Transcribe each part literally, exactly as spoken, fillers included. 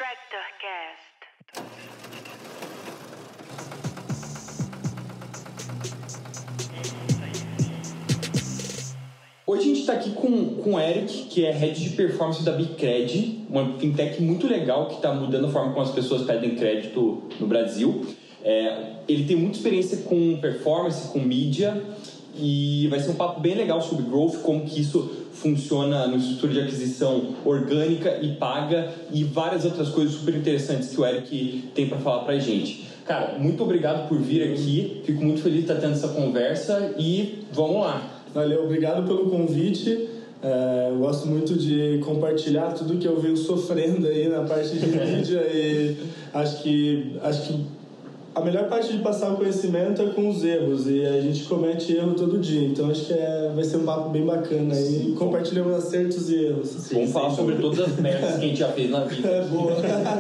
TechDocast. Hoje a gente está aqui com, com o Eric, que é Head de Performance da Bicred, uma fintech muito legal que está mudando a forma como as pessoas pedem crédito no Brasil. É, ele tem muita experiência com performance, com mídia, e vai ser um papo bem legal sobre growth, como que isso funciona na estrutura de aquisição orgânica e paga, e várias outras coisas super interessantes que o Eric tem para falar para a gente. Cara, muito obrigado por vir aqui, fico muito feliz de estar tendo essa conversa e vamos lá. Valeu, obrigado pelo convite. É, eu gosto muito de compartilhar tudo que eu venho sofrendo aí na parte de mídia e acho que, acho que a melhor parte de passar o conhecimento é com os erros e a gente comete erro todo dia, então acho que é, vai ser um papo bem bacana aí, compartilhando acertos e erros. Sim, vamos falar sobre todas as merdas que a gente já fez na vida. É boa.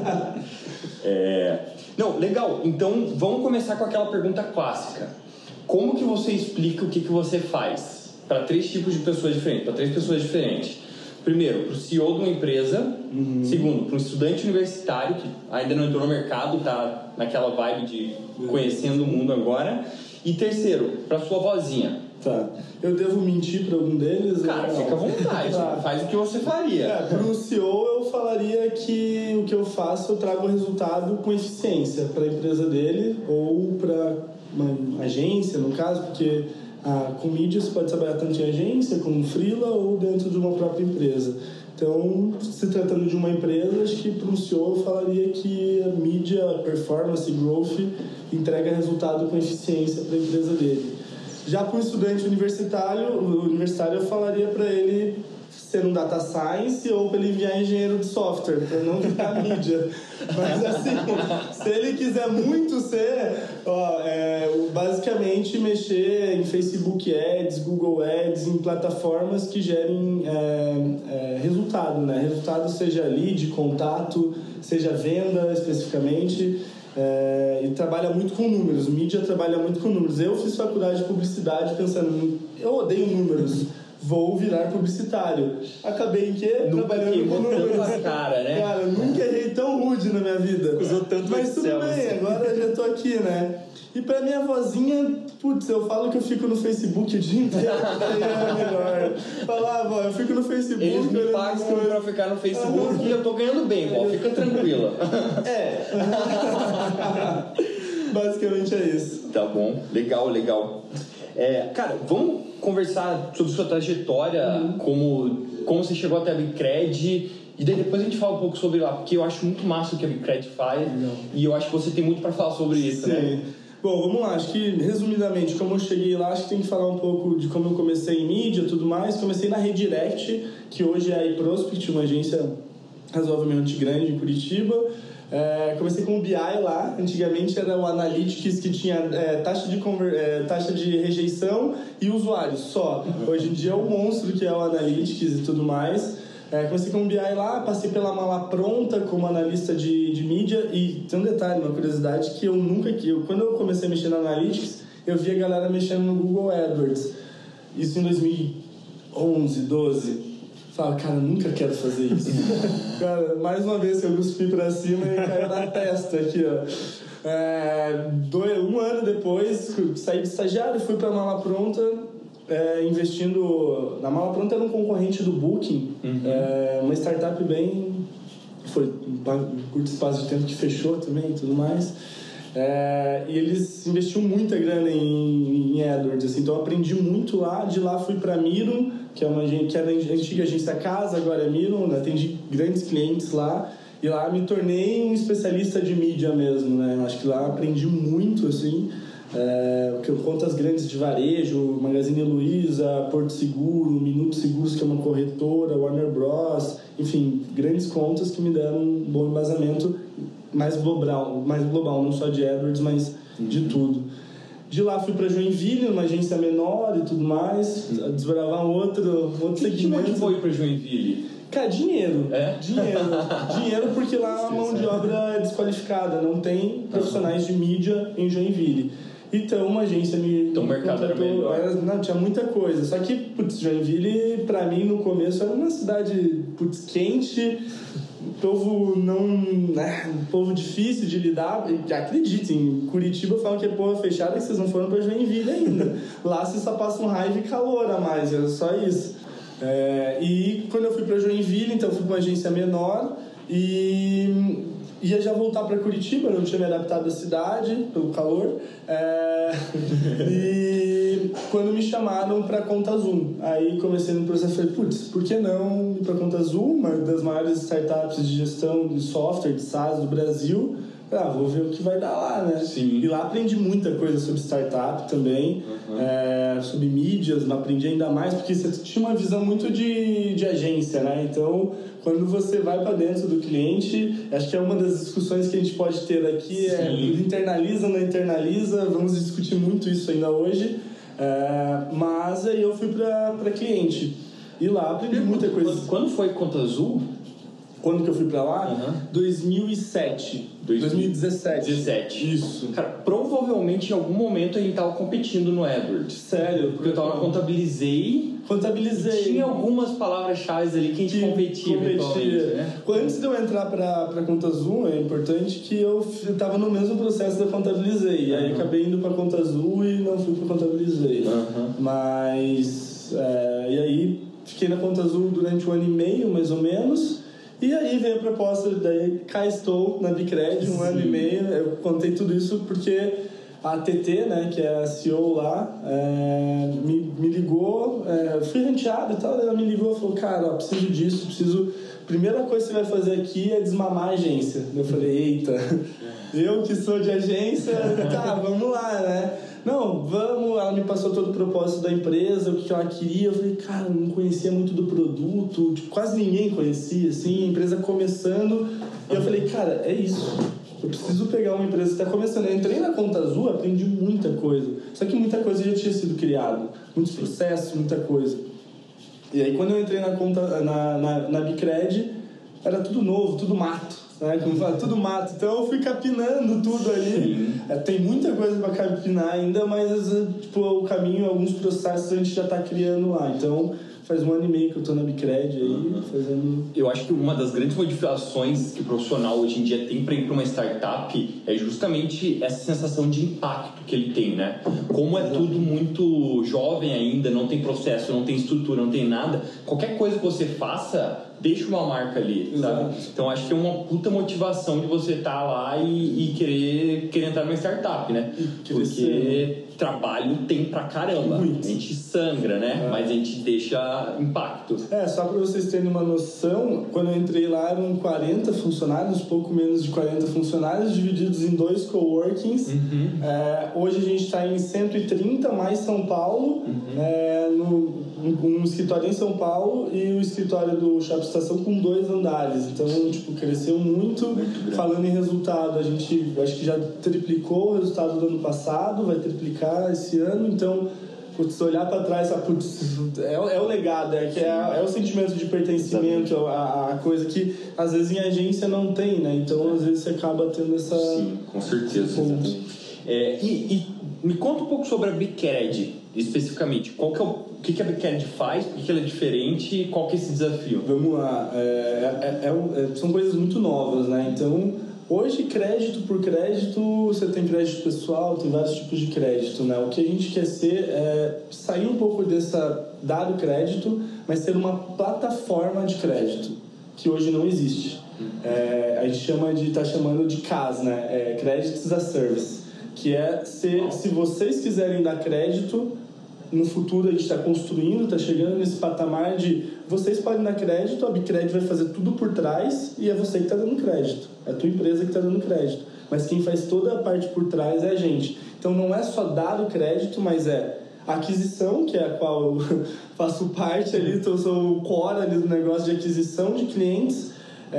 é... Não, legal, então vamos começar com aquela pergunta clássica. Como que você explica o que, que você faz para três tipos de pessoas diferentes, para três pessoas diferentes? Primeiro, para o C E O de uma empresa. Uhum. Segundo, para um estudante universitário que ainda não entrou no mercado, está naquela vibe de conhecendo o mundo agora. E terceiro, para sua vozinha. Tá. Eu devo mentir para algum deles? Cara, fica à vontade. Tá. Faz o que você faria. É, para o C E O eu falaria que o que eu faço eu trago o resultado com eficiência para a empresa dele ou para uma agência, no caso, porque ah, com mídia você pode trabalhar tanto em agência como freela ou dentro de uma própria empresa. Então, se tratando de uma empresa, acho que para um C E O eu falaria que a mídia, performance, growth entrega resultado com eficiência para a empresa dele. Já para um estudante universitário, universitário eu falaria para ele ser um data science ou para ele virar engenheiro de software, para não ficar mídia. Mas assim, se ele quiser muito ser, ó, é, basicamente mexer em Facebook Ads, Google Ads, em plataformas que gerem é, é, resultado, né? Resultado seja lead, contato, seja venda especificamente. É, e trabalha muito com números, mídia trabalha muito com números. Eu fiz faculdade de publicidade pensando, eu odeio números, vou virar publicitário. Acabei em quê? Nunca trabalhando com números. A cara, né? Cara, nunca errei tão rude na minha vida. Usou tanto Mas tudo Excel, bem, assim. agora já tô aqui, né? E pra minha vozinha, putz, eu falo que eu fico no Facebook o dia inteiro, daí é melhor. Falar, vó, eu fico no Facebook. Eles me pagam pra ficar no Facebook e eu tô ganhando bem, vó, fica tranquila. É. Basicamente é isso. Tá bom, legal, legal. É, cara, vamos conversar sobre sua trajetória, uhum. como, como você chegou até a Bicred, e daí depois a gente fala um pouco sobre lá, porque eu acho muito massa o que a Bicred faz, uhum. e eu acho que você tem muito pra falar sobre isso, Sim. né? Bom, vamos lá, acho que resumidamente, como eu cheguei lá, acho que tem que falar um pouco de como eu comecei em mídia e tudo mais. Comecei na Redirect, que hoje é a iProspect, uma agência razoavelmente grande em Curitiba. É, comecei com o B I lá, antigamente era o Analytics que tinha é, taxa, de conver... é, taxa de rejeição e usuários só. Hoje em dia é o monstro que é o Analytics e tudo mais. É, comecei com o B I lá, passei pela Mala Pronta como analista de, de mídia e tem um detalhe, uma curiosidade que eu nunca... Que eu, quando eu comecei a mexer no Analytics, eu vi a galera mexendo no Google AdWords. Isso em dois mil e onze, doze. Fala, cara, nunca quero fazer isso. Cara, mais uma vez eu cuspi pra cima e caiu na testa aqui, ó. É, dois, um ano depois, saí de estagiário, fui pra Mala Pronta, é, investindo... Na Mala Pronta era um concorrente do Booking, uhum. é, uma startup bem... Foi um curto espaço de tempo que fechou também e tudo mais. É, e eles investiam muita grana em, em AdWords, assim, então eu aprendi muito lá. De lá fui pra Miro, que é uma que era a antiga agência Casa, agora é Miro, né? Atendi grandes clientes lá e lá me tornei um especialista de mídia mesmo, né? Eu acho que lá aprendi muito, assim, é, contas grandes de varejo, Magazine Luiza, Porto Seguro, Minuto Seguros, que é uma corretora, Warner Bros, enfim, grandes contas que me deram um bom embasamento mais global, mais global, não só de AdWords, mas uhum. de tudo. De lá fui para Joinville, uma agência menor e tudo mais, uhum. desbravar um outro, um outro que segmento. Que motivou ir para Joinville? Cara, dinheiro. É? Dinheiro. Dinheiro porque lá a mão de obra é desqualificada, não tem profissionais de mídia em Joinville. Então uma agência me Então o mercado era melhor. Era, não, tinha muita coisa. Só que, putz, Joinville, pra mim, no começo, era uma cidade, putz, quente. O povo não... um povo difícil de lidar. E acreditem, Curitiba falam que é porra fechada e vocês não foram pra Joinville ainda. Lá vocês só passam raiva e calor a mais, é só isso. É, e quando eu fui pra Joinville, então eu fui pra uma agência menor e ia já voltar para Curitiba, não tinha me adaptado à cidade pelo calor. É... e quando me chamaram para Conta Azul, aí comecei no processo, falei, putz, por que não ir para Conta Azul, uma das maiores startups de gestão de software, de SaaS do Brasil. Ah, vou ver o que vai dar lá, né? Sim. E lá aprendi muita coisa sobre startup também, uhum. é, sobre mídias, aprendi ainda mais, porque você tinha uma visão muito de, de agência, né? Então, quando você vai para dentro do cliente, acho que é uma das discussões que a gente pode ter aqui, Sim. é internaliza, não internaliza, vamos discutir muito isso ainda hoje, é, mas aí eu fui para cliente. E lá aprendi e muita quando, coisa. Quando foi Conta Azul? Quando que eu fui pra lá? Uhum. dois mil e sete. dois mil e dezessete. dezessete. Isso. Cara, provavelmente em algum momento a gente tava competindo no AdWords. Sério? Porque eu tava na Contabilizei. Contabilizei. Tinha algumas palavras-chave ali que a gente que competia. competia. Né? Antes de eu entrar pra, pra Conta Azul, é importante que eu tava no mesmo processo da Contabilizei. Uhum. Aí acabei indo pra Conta Azul e não fui pra Contabilizei. Uhum. Mas... É, e aí fiquei na Conta Azul durante um ano e meio, mais ou menos. E aí veio a proposta, daí cá estou na Bicred, um Sim. ano e meio. Eu contei tudo isso porque a T T, né, que é a C E O lá, é, me, me ligou, é, fui ranteado e tal, ela me ligou e falou, cara, ó, preciso disso, preciso... Primeira coisa que você vai fazer aqui é desmamar a agência. Eu falei, eita, eu que sou de agência, tá, vamos lá, né? Não, vamos, ela me passou todo o propósito da empresa, o que ela queria. Eu falei, cara, eu não conhecia muito do produto, tipo, quase ninguém conhecia, assim, a empresa começando. E eu falei, cara, é isso. Eu preciso pegar uma empresa que está começando. Eu entrei na Conta Azul, aprendi muita coisa. Só que muita coisa já tinha sido criado. Muitos processos, muita coisa. E aí, quando eu entrei na, conta, na, na, na Bicred, era tudo novo, tudo mato. Né? Como fala, tudo mato. Então eu fui capinando tudo ali. É, tem muita coisa para capinar ainda, mas tipo, o caminho, alguns processos a gente já está criando lá. Então faz um ano e meio que eu estou na Bicred aí, uhum. fazendo... Eu acho que uma das grandes modificações que o profissional hoje em dia tem para ir para uma startup é justamente essa sensação de impacto que ele tem, né? Como é tudo muito jovem ainda, não tem processo, não tem estrutura, não tem nada, qualquer coisa que você faça deixa uma marca ali, sabe? Exato. Então acho que é uma puta motivação de você estar tá lá e, e querer, querer entrar numa startup, né? Porque ser... trabalho tem pra caramba. Muito. A gente sangra, né? É. Mas a gente deixa impacto. É, só pra vocês terem uma noção, quando eu entrei lá eram quarenta funcionários, pouco menos de quarenta funcionários, divididos em dois coworkings. Uhum. É, hoje a gente está em cento e trinta, mais São Paulo, uhum. é, no, um escritório em São Paulo e o escritório do Shopping Estação com dois andares. Então, tipo, cresceu muito. muito Falando em resultado, a gente acho que já triplicou o resultado do ano passado, vai triplicar esse ano. Então, putz, olhar para trás, putz, é, é o legado, é, que é, é o sentimento de pertencimento, a, a coisa que às vezes em agência não tem, né? Então, às vezes você acaba tendo essa... Sim, com certeza. É, e, e me conta um pouco sobre a Bicred, especificamente. Qual que é o, o que, que a Bicred faz, por que, que ela é diferente e qual que é esse desafio? Vamos lá. É, é, é, são coisas muito novas, né? Então, hoje, crédito por crédito, você tem crédito pessoal, tem vários tipos de crédito, né? O que a gente quer ser é sair um pouco dessa... dar o crédito, mas ser uma plataforma de crédito, que hoje não existe. É, a gente chama de... tá chamando de C A S, né? É, Credit as a Service. Que é ser, se vocês quiserem dar crédito, no futuro a gente está construindo, está chegando nesse patamar de vocês podem dar crédito, a Bicred vai fazer tudo por trás e é você que está dando crédito, é a tua empresa que está dando crédito, mas quem faz toda a parte por trás é a gente. Então não é só dar o crédito, mas é a aquisição, que é a qual eu faço parte ali, então eu sou o core ali do negócio de aquisição de clientes,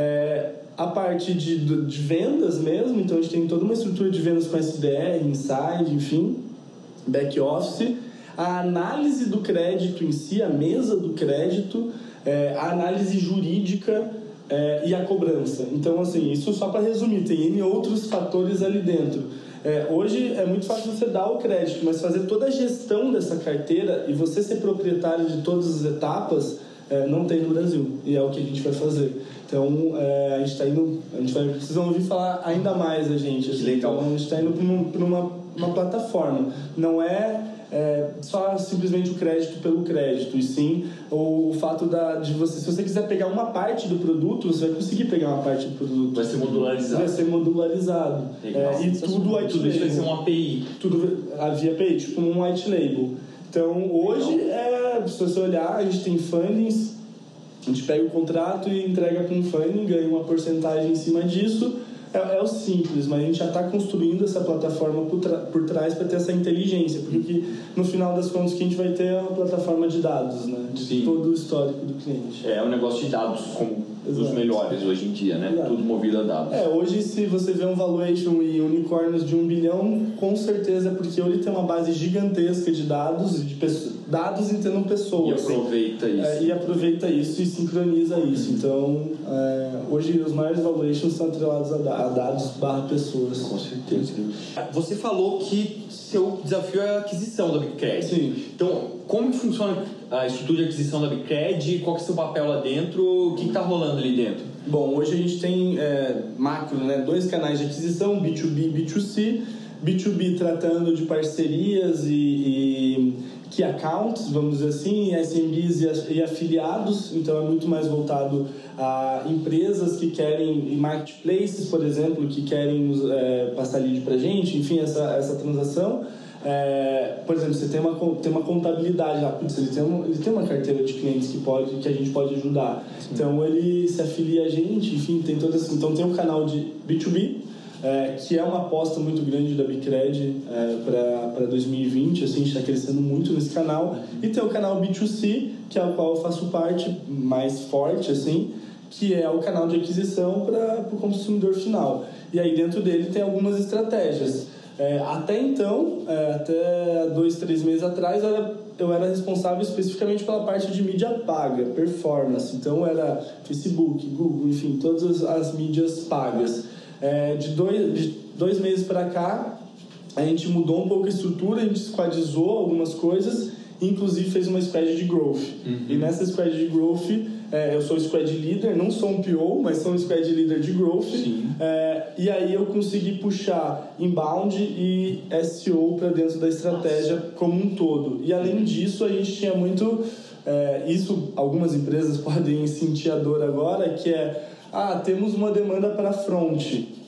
é, a parte de, de vendas mesmo, então a gente tem toda uma estrutura de vendas com S D R, Inside, enfim, back office, a análise do crédito em si, a mesa do crédito, é, a análise jurídica é, e a cobrança. Então, assim, isso só para resumir, tem N outros fatores ali dentro. É, hoje é muito fácil você dar o crédito, mas fazer toda a gestão dessa carteira e você ser proprietário de todas as etapas é, não tem no Brasil, e é o que a gente vai fazer. Então, é, a gente está indo, a gente vai, vocês vão ouvir falar ainda mais a gente. Assim, legal. Então, a gente está indo para uma, uma plataforma. Não é, é só simplesmente o crédito pelo crédito, e sim o, o fato da, de você, se você quiser pegar uma parte do produto, você vai conseguir pegar uma parte do produto. Vai ser modularizado. Vai ser modularizado. É, e tudo white tudo isso vai label. ser um A P I. Tudo via A P I, tipo um white label. Então, hoje, é, se você olhar, a gente tem fundings. A gente pega o contrato e entrega para um funding, ganha uma porcentagem em cima disso. É, é o simples, mas a gente já está construindo essa plataforma por, por trás para ter essa inteligência. Porque no final das contas, o que a gente vai ter é uma plataforma de dados, né? De Sim. todo o histórico do cliente. É um negócio de dados como Exato. Dos melhores hoje em dia, né? Exato. Tudo movido a dados. É, hoje se você vê um valuation e unicórnios de um bilhão, com certeza é porque ele tem uma base gigantesca de dados, de pessoas, dados entendendo pessoas. E aproveita assim. isso. É, e aproveita isso e sincroniza isso. Uhum. Então, é, hoje os maiores valuations são atrelados a, a dados barra pessoas. Com certeza. Você falou que seu desafio é a aquisição da BigCred. Sim. Então, como funciona a estrutura de aquisição da BigCred? Qual que é o seu papel lá dentro? O que está rolando ali dentro? Bom, hoje a gente tem é, macro, né, dois canais de aquisição, B dois B e B dois C. B dois B tratando de parcerias e, e key accounts, vamos dizer assim, S M Bs e, e afiliados. Então é muito mais voltado a empresas que querem, marketplaces, por exemplo, que querem é, passar lead pra gente, enfim, essa, essa transação. É, por exemplo, você tem uma, tem uma contabilidade lá, putz, ele tem, uma, ele tem uma carteira de clientes que, pode, que a gente pode ajudar. Sim. Então ele se afilia a gente, enfim, tem todas. Então tem um canal de B dois B, é, que é uma aposta muito grande da BigCred é, para dois mil e vinte, assim, a gente está crescendo muito nesse canal. E tem o canal B dois C, que é o qual eu faço parte mais forte, assim, que é o canal de aquisição para o consumidor final. E aí dentro dele tem algumas estratégias. É, até então, é, até dois, três meses atrás, eu era, eu era responsável especificamente pela parte de mídia paga, performance. Então, era Facebook, Google, enfim, todas as, as mídias pagas. É, de, dois, de dois meses para cá, a gente mudou um pouco a estrutura, a gente squadizou algumas coisas, inclusive fez uma squad de growth. Uhum. E nessa squad de growth, é, eu sou squad leader, não sou um P O, mas sou um squad leader de growth. É, e aí eu consegui puxar inbound e S E O para dentro da estratégia Nossa. Como um todo. E além disso, a gente tinha muito... É, isso algumas empresas podem sentir a dor agora, que é, ah, temos uma demanda para front.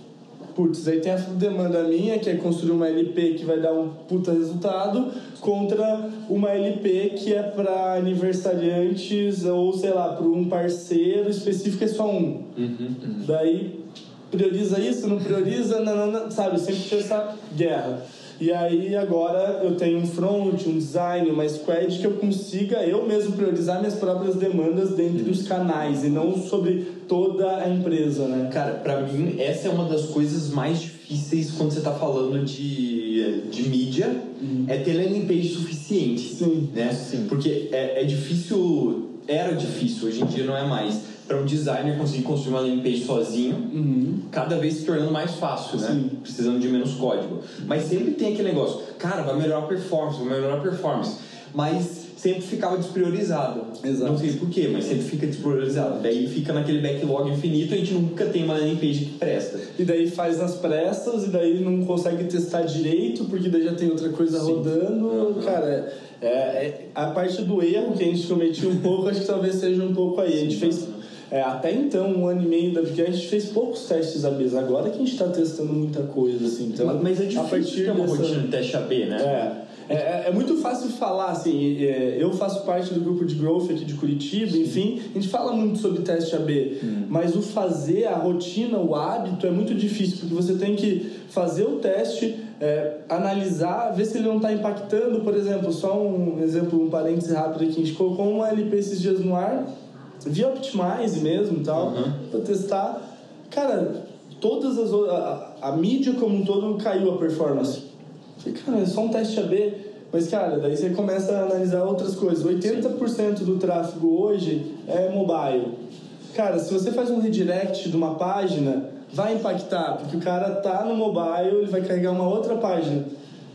Putz, aí tem a demanda minha, que é construir uma L P que vai dar um puta resultado, contra uma L P que é para aniversariantes ou, sei lá, para um parceiro específico, é só um. Uhum, uhum. Daí, prioriza isso, não prioriza, não, não, não, sabe? Sempre tinha essa guerra. E aí, agora, eu tenho um front, um design, uma squad que eu consiga eu mesmo priorizar minhas próprias demandas dentro dos canais e não sobre toda a empresa, né? Cara, pra mim, essa é uma das coisas mais difíceis quando você tá falando de, de mídia, uhum. é ter landing page suficiente. Sim. Né? Sim. Porque é, é difícil, era difícil, hoje em dia não é mais. Para um designer conseguir construir uma landing page sozinho, uhum. cada vez se tornando mais fácil, né? Sim. Precisando de menos código. Mas sempre tem aquele negócio, cara, vai melhorar a performance, vai melhorar a performance. Mas sempre ficava despriorizado. Exato. Não sei porquê, mas sempre fica despriorizado. Daí fica naquele backlog infinito e a gente nunca tem uma landing page que presta. E daí faz nas pressas e daí não consegue testar direito porque daí já tem outra coisa Sim. rodando. Uhum. Cara, é, é, a parte do erro que a gente cometia um pouco, acho que talvez seja um pouco aí. A gente fez... É, até então, um ano e meio da BigCred, a gente fez poucos testes A B. Agora que a gente está testando muita coisa, assim. Então, mas, mas é difícil a partir ter uma dessa... rotina de teste A B, né? É, é, é muito fácil falar, assim, é, eu faço parte do grupo de growth aqui de Curitiba, Sim. enfim, a gente fala muito sobre teste A B, hum. mas o fazer, a rotina, o hábito é muito difícil, porque você tem que fazer o teste, é, analisar, ver se ele não está impactando, por exemplo, só um exemplo, um parêntese rápido aqui, a gente colocou uma L P esses dias no ar, via Optimize mesmo e tal, uhum. para testar. Cara, todas as a, a, a mídia como um todo caiu a performance. Falei, cara, é só um teste A B. Mas, cara, daí você começa a analisar outras coisas. oitenta por cento do tráfego hoje é mobile. Cara, se você faz um redirect de uma página, vai impactar, porque o cara tá no mobile, ele vai carregar uma outra página.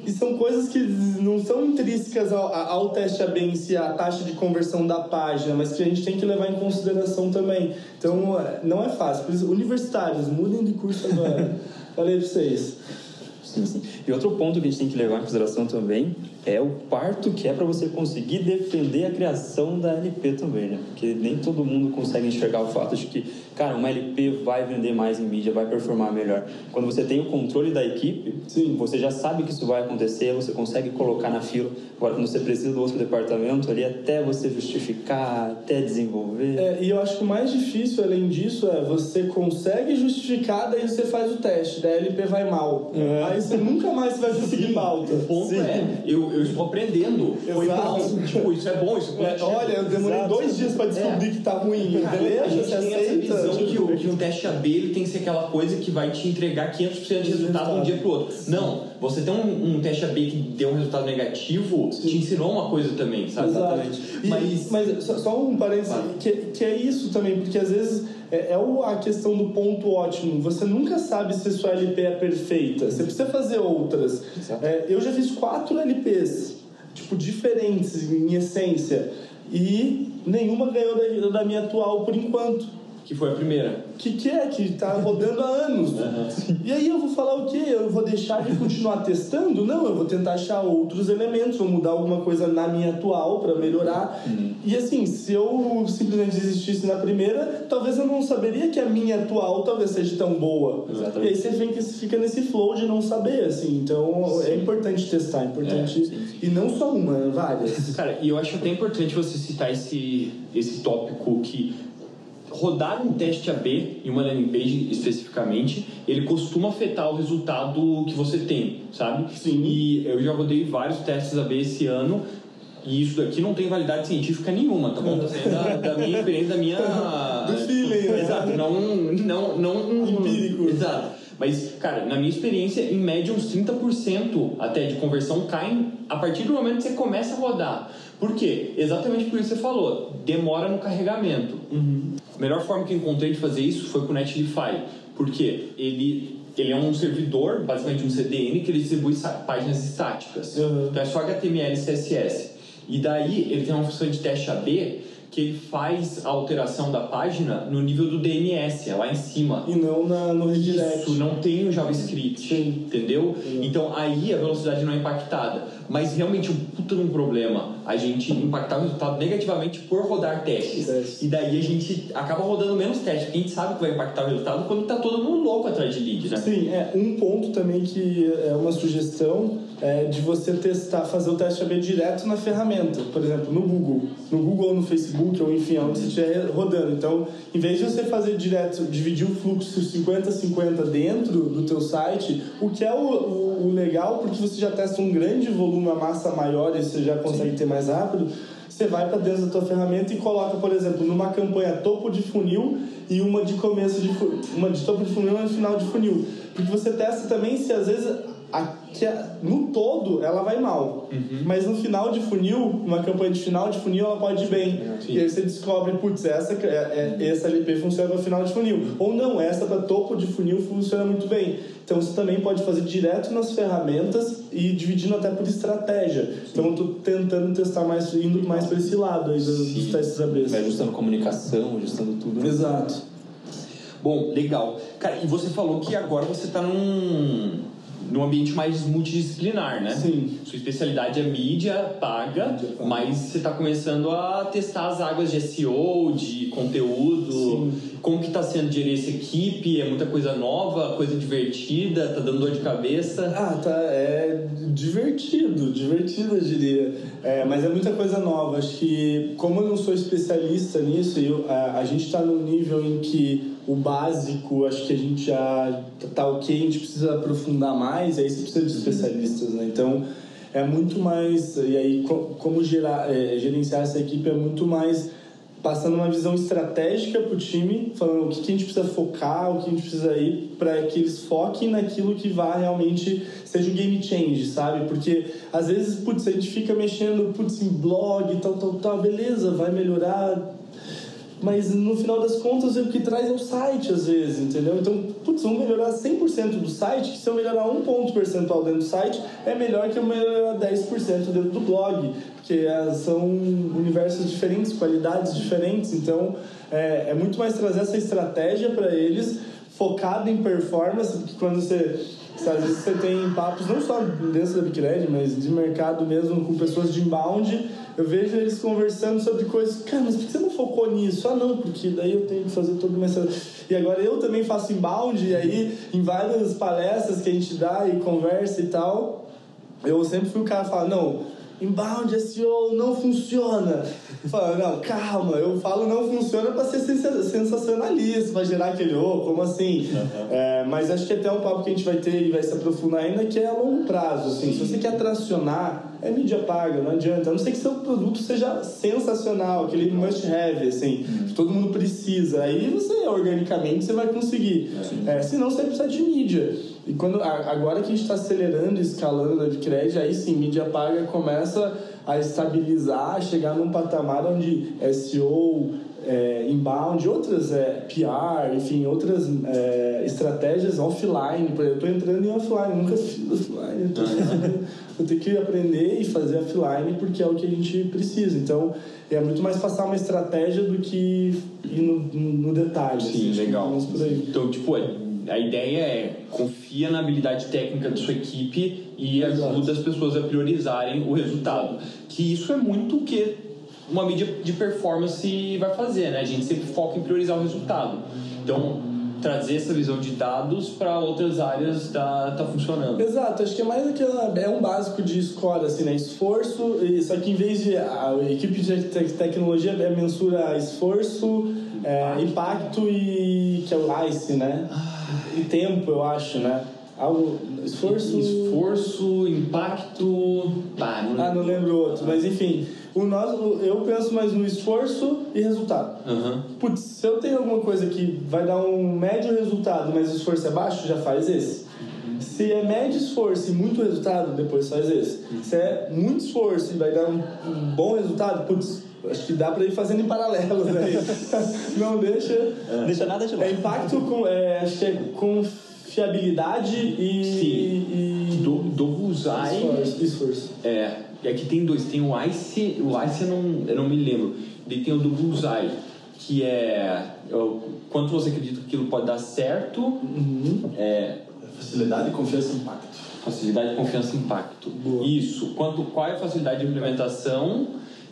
E são coisas que não são intrínsecas ao, ao teste A B em si, a taxa de conversão da página, mas que a gente tem que levar em consideração também. Então, não é fácil. Por isso, universitários, mudem de curso agora. Falei pra vocês. Sim, sim. E outro ponto que a gente tem que levar em consideração também é o parto que é para você conseguir defender a criação da L P também, né? Porque nem todo mundo consegue enxergar o fato de que, cara, uma L P vai vender mais em mídia, vai performar melhor. Quando você tem o controle da equipe, sim, você já sabe que isso vai acontecer, você consegue colocar na fila. Agora, quando você precisa do outro departamento ali, até você justificar, até desenvolver... É, e eu acho que o mais difícil, além disso, é você consegue justificar, daí você faz o teste, daí a L P vai mal. É. Aí você nunca mais vai conseguir pauta. O ponto sim. é, eu, eu estou aprendendo. Foi bom. Tipo, isso é bom, isso é é, Olha, eu demorei Exato. dois dias para descobrir é. que tá ruim. Beleza? A gente você tem aceita? essa visão que, o, que um teste A B ele tem que ser aquela coisa que vai te entregar quinhentos por cento de resultado de um dia pro outro. Não, você tem um, um teste A B que deu um resultado negativo, sim, te ensinou uma coisa também, sabe? Exatamente. E, mas, mas só, só um parênteses, ah. que, que é isso também, porque às vezes é, é a questão do ponto ótimo. Você nunca sabe se a sua L P é perfeita. Você precisa fazer outras. É, eu já fiz quatro L Ps, tipo, diferentes em essência. E nenhuma ganhou da, da minha atual por enquanto. Que foi a primeira. Que que é? Que tá rodando há anos. Uhum. E aí eu vou falar o quê? Eu vou deixar de continuar testando? Não, eu vou tentar achar outros elementos, vou mudar alguma coisa na minha atual para melhorar. Uhum. E assim, se eu simplesmente desistisse na primeira, talvez eu não saberia que a minha atual talvez seja tão boa. Exatamente. E aí você fica, fica nesse flow de não saber, assim. Então sim, é importante testar, é importante... É, sim, sim. E não só uma, várias. Cara, e eu acho até importante você citar esse, esse tópico que... rodar um teste A B em uma landing page especificamente, ele costuma afetar o resultado que você tem, sabe? Sim. E eu já rodei vários testes A B esse ano e isso daqui não tem validade científica nenhuma, tá bom? Tá sendo da, da minha experiência, da minha... Do feeling, né? Exato, não... não, não empírico. Exato. Mas, cara, na minha experiência, em média uns trinta por cento até de conversão caem a partir do momento que você começa a rodar. Por quê? Exatamente por isso que você falou. Demora no carregamento. Uhum. A melhor forma que eu encontrei de fazer isso foi com o Netlify. Porque ele, ele é um servidor, basicamente um C D N, que ele distribui páginas estáticas. Uhum. Então é só H T M L e C S S. E daí ele tem uma função de teste A B que ele faz a alteração da página no nível do D N S, é lá em cima. E não na, no redirect. Isso, não tem o JavaScript. Sim. Entendeu? Sim. Então aí a velocidade não é impactada. Mas realmente um puta de um problema a gente impactar o resultado negativamente por rodar testes. Teste. E daí a gente acaba rodando menos testes, porque a gente sabe que vai impactar o resultado quando tá todo mundo louco atrás de lead, né? Sim, é um ponto também que é uma sugestão é de você testar, fazer o teste A B direto na ferramenta. Por exemplo, no Google. No Google ou no Facebook, ou enfim, onde você estiver rodando. Então, em vez de você fazer direto, dividir o fluxo cinquenta a cinquenta dentro do teu site, o que é o, o, o legal, porque você já testa um grande volume, uma massa maior, e você já consegue Sim. ter mais rápido, você vai para dentro da tua ferramenta e coloca, por exemplo, numa campanha topo de funil e uma de começo de funil, uma de topo de funil e uma de final de funil. Porque você testa também se às vezes a, que a, no todo ela vai mal, uhum. mas no final de funil, uma campanha de final de funil, ela pode ir bem. Sim. E aí você descobre, putz, essa, é, é, essa L P funciona para final de funil. Ou não, essa para topo de funil funciona muito bem. Então você também pode fazer direto nas ferramentas e dividindo até por estratégia. Sim. Então eu estou tentando testar mais, indo mais para esse lado aí dos, dos testes A B. Vai ajustando comunicação, ajustando tudo. Né? Exato. Bom, legal. Cara, e você falou que agora você está num... num ambiente mais multidisciplinar, né? Sim. Sua especialidade é mídia paga, mídia paga. Mas você está começando a testar as águas de S E O, de conteúdo. Sim. Como que está sendo gerir essa equipe? É muita coisa nova, coisa divertida? Tá dando dor de cabeça? Ah, tá. É divertido, divertido eu diria. É, mas é muita coisa nova. Acho que, como eu não sou especialista nisso, eu, a, a gente está num nível em que o básico, acho que a gente já tá ok, a gente precisa aprofundar mais, aí você precisa de especialistas, né? Então, é muito mais... E aí, como gerar, é, gerenciar essa equipe é muito mais passando uma visão estratégica pro time, falando o que, que a gente precisa focar, o que a gente precisa ir, para que eles foquem naquilo que vai realmente seja um game change, sabe? Porque, às vezes, putz, a gente fica mexendo, putz, em blog, tal, tal, tal, beleza, vai melhorar... mas no final das contas o que traz é o site às vezes, entendeu? Então, putz, vamos melhorar cem por cento do site, que se eu melhorar um ponto percentual dentro do site, é melhor que eu melhorar dez por cento dentro do blog, porque são universos diferentes, qualidades diferentes, então é, é muito mais trazer essa estratégia para eles, focado em performance, porque quando você... Às vezes você tem papos, não só dentro da Bicred, mas de mercado mesmo, com pessoas de inbound, eu vejo eles conversando sobre coisas, cara, mas por que você não focou nisso? Ah, não, porque daí eu tenho que fazer toda uma... E agora eu também faço inbound, e aí em várias palestras que a gente dá e conversa e tal, eu sempre fui o cara que fala, não, inbound S E O não funciona. Fala, não, calma, eu falo não funciona para ser sensacionalista, para gerar aquele, oh, como assim? Uhum. É, mas acho que até um papo que a gente vai ter e vai se aprofundar ainda, que é a longo prazo, assim. Se você quer tracionar, é mídia paga, não adianta. A não ser que seu produto seja sensacional, aquele must have, assim, uhum. que todo mundo precisa. Aí você, organicamente, você vai conseguir. É, senão você precisa de mídia. E quando, agora que a gente está acelerando e escalando a Bicred, aí sim, mídia paga começa a estabilizar, chegar num patamar onde S E O, é, inbound, outras é, P R, enfim, outras é, estratégias offline. Por exemplo, eu estou entrando em offline, nunca fiz offline, então eu tenho que aprender e fazer offline porque é o que a gente precisa. Então, é muito mais passar uma estratégia do que ir no, no detalhe. Sim, assim, legal. Então, tipo, a ideia é confia na habilidade técnica da sua equipe e Exato. Ajuda as pessoas a priorizarem o resultado. Que isso é muito o que uma mídia de performance vai fazer, né? A gente sempre foca em priorizar o resultado. Então, trazer essa visão de dados para outras áreas tá, tá funcionando. Exato, acho que é mais aquela... É um básico de score, assim, né? Esforço, só que em vez de... A equipe de tecnologia mensura esforço, é, impacto e... que é o ICE, né? E tempo, eu acho, né? Algo, esforço... Esforço, impacto... Ah, não, ah, não lembro o outro, mas enfim... O nosso, eu penso mais no esforço e resultado. Uhum. Putz, se eu tenho alguma coisa que vai dar um médio resultado, mas o esforço é baixo, já faz esse. Uhum. Se é médio esforço e muito resultado, depois faz esse. Uhum. Se é muito esforço e vai dar um, um bom resultado, putz, acho que dá pra ir fazendo em paralelo, né? Não deixa... É. Deixa nada de lado. É impacto com... É, acho que é confiabilidade e... Sim. e do, do Bullseye... Esforço. Esforço. É... E aqui tem dois, tem o ICE, o ICE eu não, eu não me lembro, e tem o do Bullseye, que é o quanto você acredita que aquilo pode dar certo. Uhum. É, facilidade, confiança e impacto. Facilidade, confiança e impacto. Boa. Isso, quanto, qual é a facilidade de implementação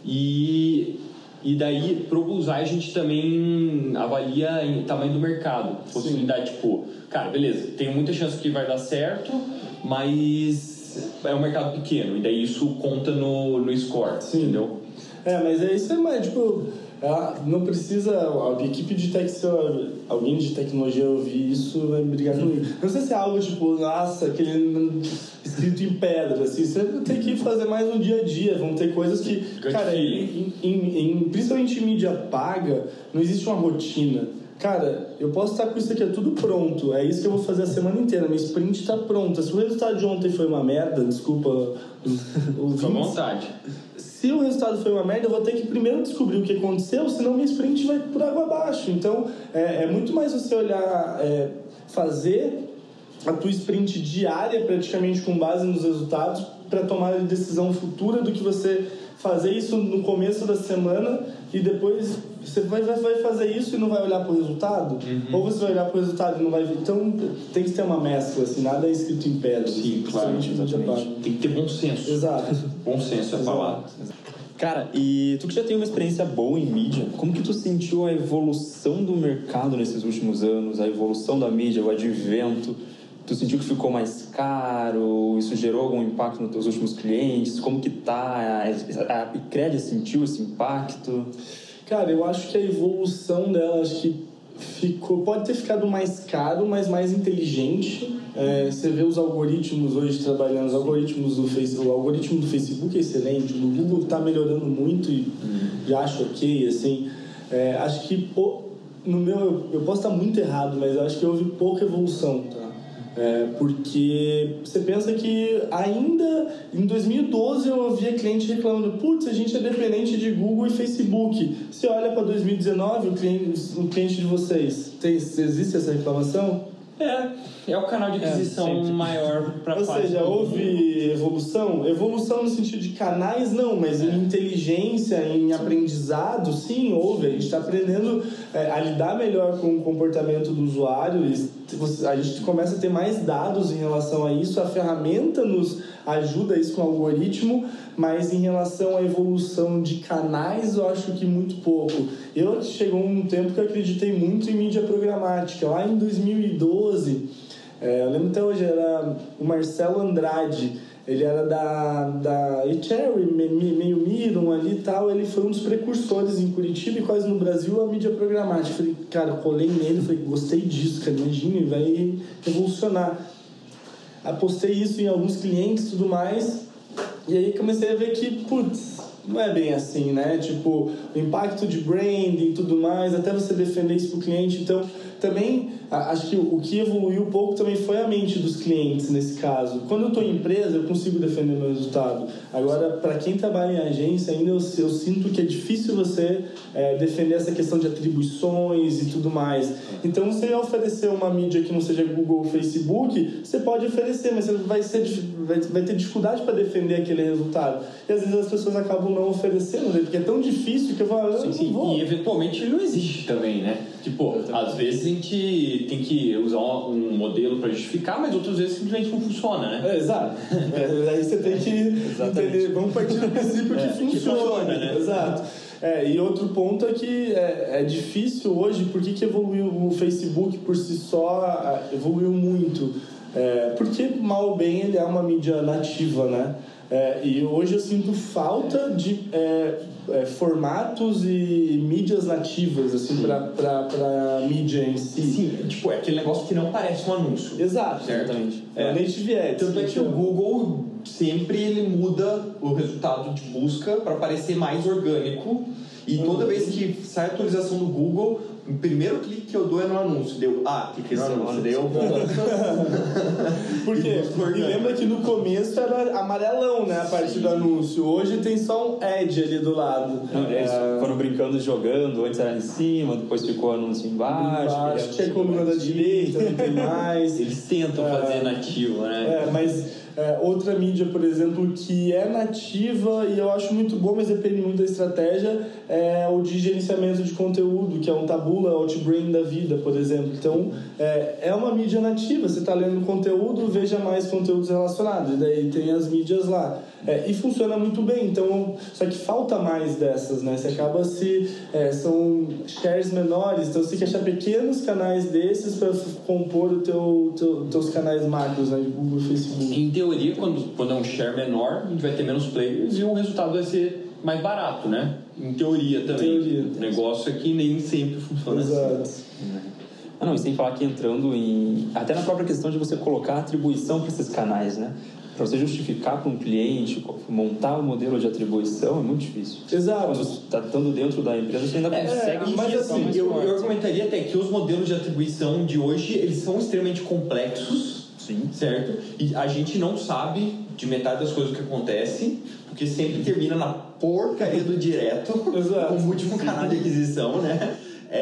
e, e daí pro Bullseye a gente também avalia o tamanho do mercado. Possibilidade, tipo, cara, beleza, tem muita chance que vai dar certo, mas... é um mercado pequeno, e daí isso conta no, no score, Sim. entendeu? É, mas é isso, é mais, tipo, não precisa, a equipe de tech, se alguém de tecnologia ouvir isso, vai brigar comigo. Não sei se é algo, tipo, nossa, aquele escrito em pedra, assim, você tem que fazer mais no dia a dia, vão ter coisas que, Good cara, em, em, em, principalmente em mídia paga, não existe uma rotina. Cara, eu posso estar com isso aqui, é tudo pronto. É isso que eu vou fazer a semana inteira. Minha sprint está pronta. Se o resultado de ontem foi uma merda, desculpa... Fica à vontade. Se o resultado foi uma merda, eu vou ter que primeiro descobrir o que aconteceu, senão minha sprint vai por água abaixo. Então, é, é muito mais você olhar... É, fazer a tua sprint diária, praticamente com base nos resultados, para tomar a decisão futura do que você... fazer isso no começo da semana e depois você vai, vai, vai fazer isso e não vai olhar para o resultado? Uhum. Ou você vai olhar para o resultado e não vai... Então, tem que ter uma mescla, assim, nada é escrito em pedra. Sim, claro, exatamente. Tem que ter bom senso. Exato. Bom senso é a palavra. Cara, e tu que já tem uma experiência boa em mídia, como que tu sentiu a evolução do mercado nesses últimos anos, a evolução da mídia, o advento? Tu sentiu que ficou mais caro? Isso gerou algum impacto nos teus últimos clientes? Como que tá? A Bicred sentiu esse impacto? Cara, eu acho que a evolução dela, acho que ficou... Pode ter ficado mais caro, mas mais inteligente. É, você vê os algoritmos hoje trabalhando, os algoritmos do Facebook, o algoritmo do Facebook é excelente, o do Google está melhorando muito e, hum. e acho ok, assim. É, acho que, no meu, eu, eu posso estar muito errado, mas eu acho que houve pouca evolução, tá? É, porque você pensa que ainda em dois mil e doze eu ouvia cliente reclamando: putz, a gente é dependente de Google e Facebook. Você olha para dois mil e dezenove, o cliente, o cliente de vocês, tem, existe essa reclamação? É, é o canal de aquisição é, maior para Ou seja, houve evolução? Evolução no sentido de canais, não, mas é. em inteligência, em sim. aprendizado, sim, houve. A gente está aprendendo é, a lidar melhor com o comportamento do usuário. A gente começa a ter mais dados em relação a isso. A ferramenta nos ajuda isso com o algoritmo, mas em relação à evolução de canais, eu acho que muito pouco. Eu chegou um tempo que eu acreditei muito em mídia programática. Lá em dois mil e doze, é, eu lembro até hoje, era o Marcelo Andrade, ele era da, da eCherry, meio Miron ali e tal, ele foi um dos precursores em Curitiba e quase no Brasil a mídia programática. Falei, cara, colei nele, falei, gostei disso, cara, imagina, vai revolucionar. Apostei isso em alguns clientes e tudo mais, e aí comecei a ver que, putz, não é bem assim, né? Tipo, o impacto de branding e tudo mais, até você defender isso pro cliente. Então, também, acho que o que evoluiu um pouco também foi a mente dos clientes nesse caso. Quando eu estou em empresa, eu consigo defender meu resultado. Agora, para quem trabalha em agência, ainda eu, eu sinto que é difícil você é, defender essa questão de atribuições e tudo mais. Então, você oferecer uma mídia que não seja Google ou Facebook, você pode oferecer, mas você vai, ser, vai, vai ter dificuldade para defender aquele resultado. E às vezes as pessoas acabam não oferecendo, porque é tão difícil que eu falo, eu sim, não sim. vou. E eventualmente ele não existe também, né? Tipo, às vezes a gente tem que usar um modelo para justificar, mas outras vezes simplesmente não funciona, né? É, exato. É, aí você tem que entender, vamos partir do princípio que, é, funciona, que funciona, né? Exato. É, e outro ponto é que é, é difícil hoje, por que que evoluiu o Facebook por si só, evoluiu muito? É, porque, mal ou bem, ele é uma mídia nativa, né? É, e hoje eu sinto falta de é, é, formatos e mídias nativas, assim, pra, pra, pra mídia em si. Sim, tipo, é aquele negócio que não parece um anúncio. Exato. Certamente. É, é native ads. Tanto é que o Google sempre ele muda o resultado de busca para parecer mais orgânico. E toda vez que sai a atualização do Google, o primeiro clique que eu dou é no anúncio. Deu, ah, cliquei no anúncio, deu. Por quê? E lembra que no começo era amarelão, né? A parte do anúncio. Hoje tem só um ad ali do lado. Não, eles é... foram brincando e jogando. Antes era em cima, depois ficou o anúncio embaixo. embaixo tinha coluna da direita, não tem mais. Eles tentam é... fazer nativo, né? É, mas... É, outra mídia, por exemplo, que é nativa e eu acho muito bom, mas depende muito da estratégia, é o de gerenciamento de conteúdo, que é um Taboola, Outbrain da vida, por exemplo. Então, é, é uma mídia nativa. Você está lendo conteúdo, veja mais conteúdos relacionados. E daí tem as mídias lá. É, e funciona muito bem. Então, só que falta mais dessas, né? Você acaba se... É, são shares menores, então você tem que achar pequenos canais desses para compor o teu, teu, teus canais macros, né? De Google e Facebook. Em teoria, quando, quando é um share menor, a gente vai ter menos players e o resultado vai ser mais barato, né? Em teoria também. Teoria. O negócio é que nem sempre funciona. Exato. assim. Ah, não, e sem falar que entrando em... Até na própria questão de você colocar atribuição para esses canais, né? Para você justificar para um cliente, montar um modelo de atribuição é muito difícil. Exato. Quando você está estando dentro da empresa, você ainda consegue... É, mas assim, eu, eu argumentaria até que os modelos de atribuição de hoje, eles são extremamente complexos. Sim. Certo? E a gente não sabe de metade das coisas que acontecem, porque sempre termina na porcaria do direto, Exato. como último canal de aquisição, né?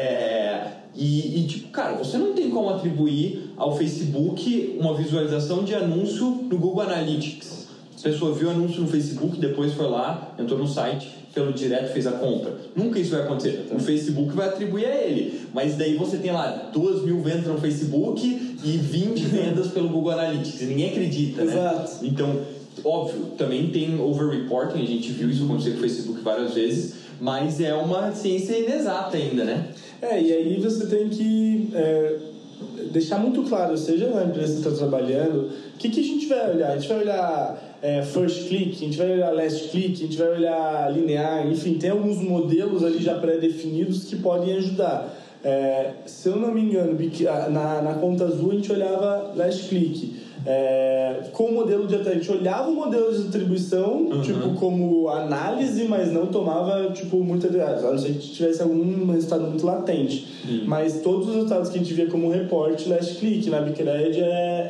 É, e, e, tipo, cara, você não tem como atribuir ao Facebook uma visualização de anúncio no Google Analytics. A pessoa viu o anúncio no Facebook, depois foi lá, entrou no site, pelo direto fez a compra. Nunca isso vai acontecer. O Facebook vai atribuir a ele. Mas daí você tem lá duas mil vendas no Facebook e vinte vendas pelo Google Analytics. E ninguém acredita, né? Exato. Então, óbvio, também tem over-reporting. A gente viu isso acontecer com o Facebook várias vezes. Mas é uma ciência inexata ainda, né? É, e aí você tem que é, deixar muito claro, seja na empresa que você está trabalhando, o que, que a gente vai olhar? A gente vai olhar... É, first click, a gente vai olhar last click, a gente vai olhar linear, enfim, tem alguns modelos ali já pré-definidos que podem ajudar. É, se eu não me engano, na, na conta azul a gente olhava last click. é, com o modelo de atribuição. A gente olhava o modelo de atribuição, uhum. tipo, como análise, mas não tomava, tipo, muita... A não ser que tivesse algum resultado muito latente. Sim. Mas todos os resultados que a gente via como reporte, last click, na Bicred é...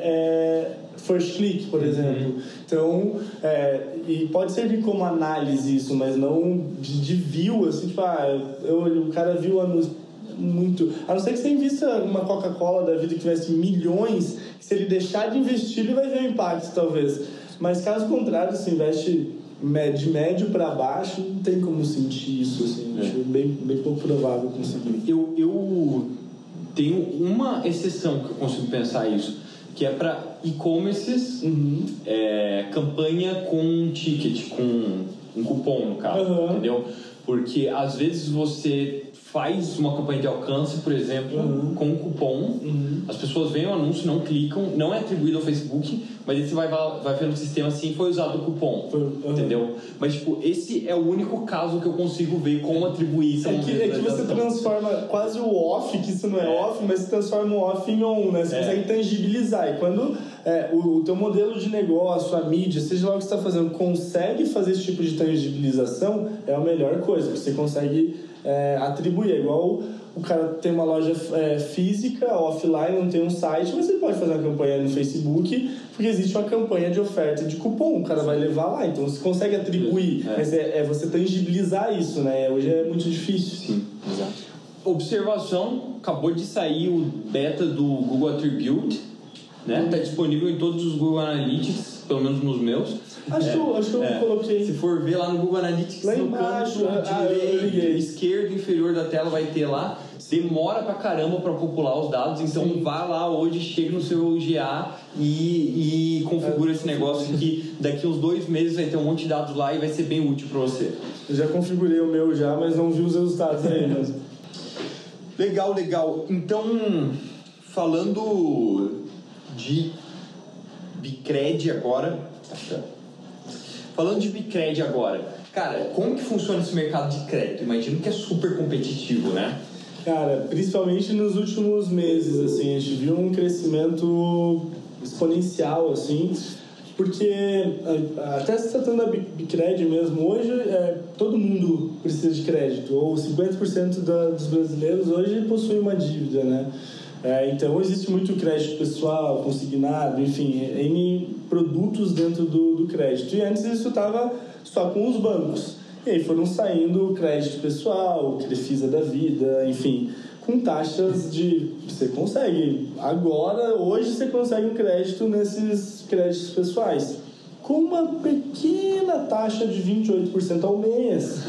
é first click, por exemplo. Uhum. Então, é, e pode servir como análise isso, mas não de, de view, assim, tipo, ah, eu, o cara viu anúncio muito... A não ser que você invista uma Coca-Cola da vida que tivesse milhões, que se ele deixar de investir, ele vai ver o impacto, talvez. Mas caso contrário, se investe de médio para baixo, não tem como sentir isso, assim. É. Acho bem, bem pouco provável conseguir. Eu, eu tenho uma exceção que eu consigo pensar isso, que é para e-commerces, uhum. é, campanha com ticket, com um cupom, no caso, uhum. entendeu? Porque às vezes você faz uma campanha de alcance, por exemplo, uhum. com um cupom, uhum. as pessoas veem o anúncio, não clicam, não é atribuído ao Facebook, mas aí você vai, vai ver no sistema assim, foi usado o cupom, uhum. entendeu? Mas, tipo, esse é o único caso que eu consigo ver como atribuir. É que, é que você transforma quase o off, que isso não é, é. off, mas você transforma o off em on, né? Você é. consegue tangibilizar. E quando é, o, o teu modelo de negócio, a mídia, seja lá o que você está fazendo, consegue fazer esse tipo de tangibilização, é a melhor coisa, porque você consegue... É, atribuir, é igual o cara tem uma loja é, física, offline, não tem um site, mas ele pode fazer uma campanha no Facebook, porque existe uma campanha de oferta de cupom, o cara vai levar lá, então você consegue atribuir, é. mas é, é você tangibilizar isso, né? Hoje é muito difícil. Sim, exato. Observação, acabou de sair o beta do Google Attribute, né? Está disponível em todos os Google Analytics, pelo menos nos meus. Acho, é, acho que eu é, coloquei. Se for ver lá no Google Analytics, lá no embaixo, canto ah, direito, esquerdo inferior da tela vai ter lá. Demora pra caramba pra popular os dados, então Sim. vá lá hoje, chega no seu G A e, e configura é, esse negócio que daqui uns dois meses vai ter um monte de dados lá e vai ser bem útil pra você. Eu já configurei o meu já, mas não vi os resultados ainda. Legal, legal. Então, falando de Bicred agora... Falando de Bicred agora, cara, como que funciona esse mercado de crédito? Imagino que é super competitivo, né? Cara, principalmente nos últimos meses, assim, a gente viu um crescimento exponencial, assim, porque até se tratando da Bicred mesmo, hoje é, todo mundo precisa de crédito, ou cinquenta por cento da, dos brasileiros hoje possuem uma dívida, né? É, então existe muito crédito pessoal, consignado, enfim, N produtos dentro do, do crédito. E antes isso estava só com os bancos. E aí foram saindo crédito pessoal, Crefisa da vida, enfim, com taxas de... Você consegue, agora, hoje você consegue um crédito nesses créditos pessoais, com uma pequena taxa de vinte e oito por cento ao mês.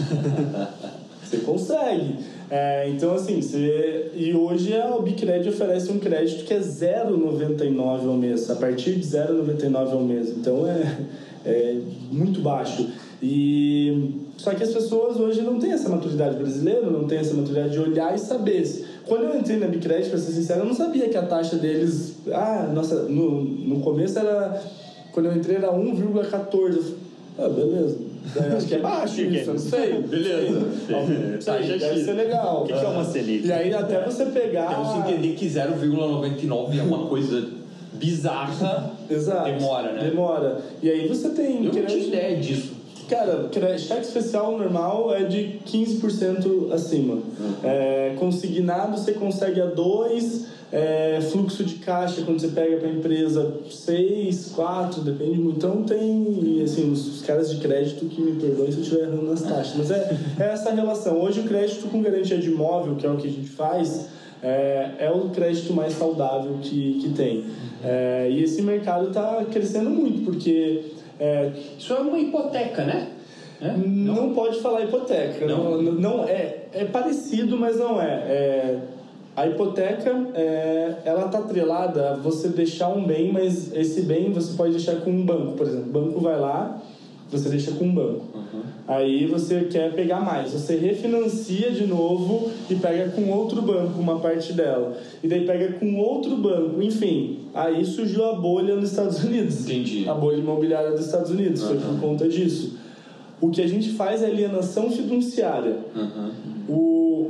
Você consegue. É, então, assim, você... E hoje a Bicred oferece um crédito que é zero vírgula noventa e nove ao mês, a partir de zero vírgula noventa e nove ao mês. Então, é, é muito baixo. E... Só que as pessoas hoje não têm essa maturidade brasileira, não têm essa maturidade de olhar e saber. Quando eu entrei na Bicred, para ser sincero, eu não sabia que a taxa deles... Ah, nossa, no, no começo era... Quando eu entrei era um vírgula quatorze. Ah, beleza. Eu acho que é baixo isso, eu não sei. Beleza. Taxa deve ser legal. O que, que é uma Selic? E aí até você pegar... Temos que entender que zero vírgula noventa e nove é uma coisa bizarra. Exato. Demora, né? Demora. E aí você tem... Eu não tinha ideia disso. Cara, cheque especial normal é de quinze por cento acima. Uhum. É, consignado você consegue a dois, é, fluxo de caixa quando você pega para a empresa seis, quatro, depende muito. Então tem, assim, os, os caras de crédito que me perdoem se eu estiver errando nas taxas. Mas é, é essa relação. Hoje o crédito com garantia de imóvel, que é o que a gente faz, é, é o crédito mais saudável que, que tem. É, e esse mercado está crescendo muito, porque... É, isso é uma hipoteca, né? É? Não, não pode falar hipoteca. Não, não, não é, é parecido, mas não é. é a hipoteca, é, ela está atrelada a você deixar um bem, mas esse bem você pode deixar com um banco, por exemplo. O banco vai lá, você deixa com um banco. Uhum. Aí você quer pegar mais. Você refinancia de novo e pega com outro banco uma parte dela. E daí pega com outro banco. Enfim, aí surgiu a bolha nos Estados Unidos. Entendi. A bolha imobiliária dos Estados Unidos. Uhum. Foi por conta disso. O que a gente faz é alienação fiduciária. Uhum. O,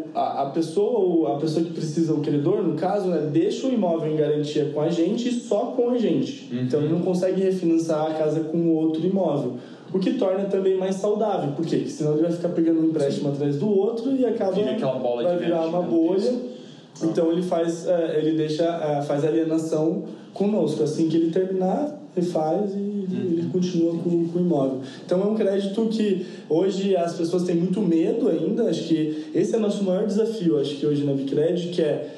a, a pessoa, a pessoa que precisa, o credor, no caso, né, deixa o imóvel em garantia com a gente e só com a gente. Uhum. Então ele não consegue refinanciar a casa com outro imóvel. O que torna também mais saudável. Por quê? Porque senão ele vai ficar pegando um empréstimo Sim. atrás do outro e acaba bola vai de virar uma bolha. Ah. Então ele faz, ele deixa, faz alienação conosco. Assim que ele terminar, refaz e uhum. ele continua com, com o imóvel. Então é um crédito que hoje as pessoas têm muito medo ainda. Acho que esse é o nosso maior desafio, acho que hoje na Bicred, que é,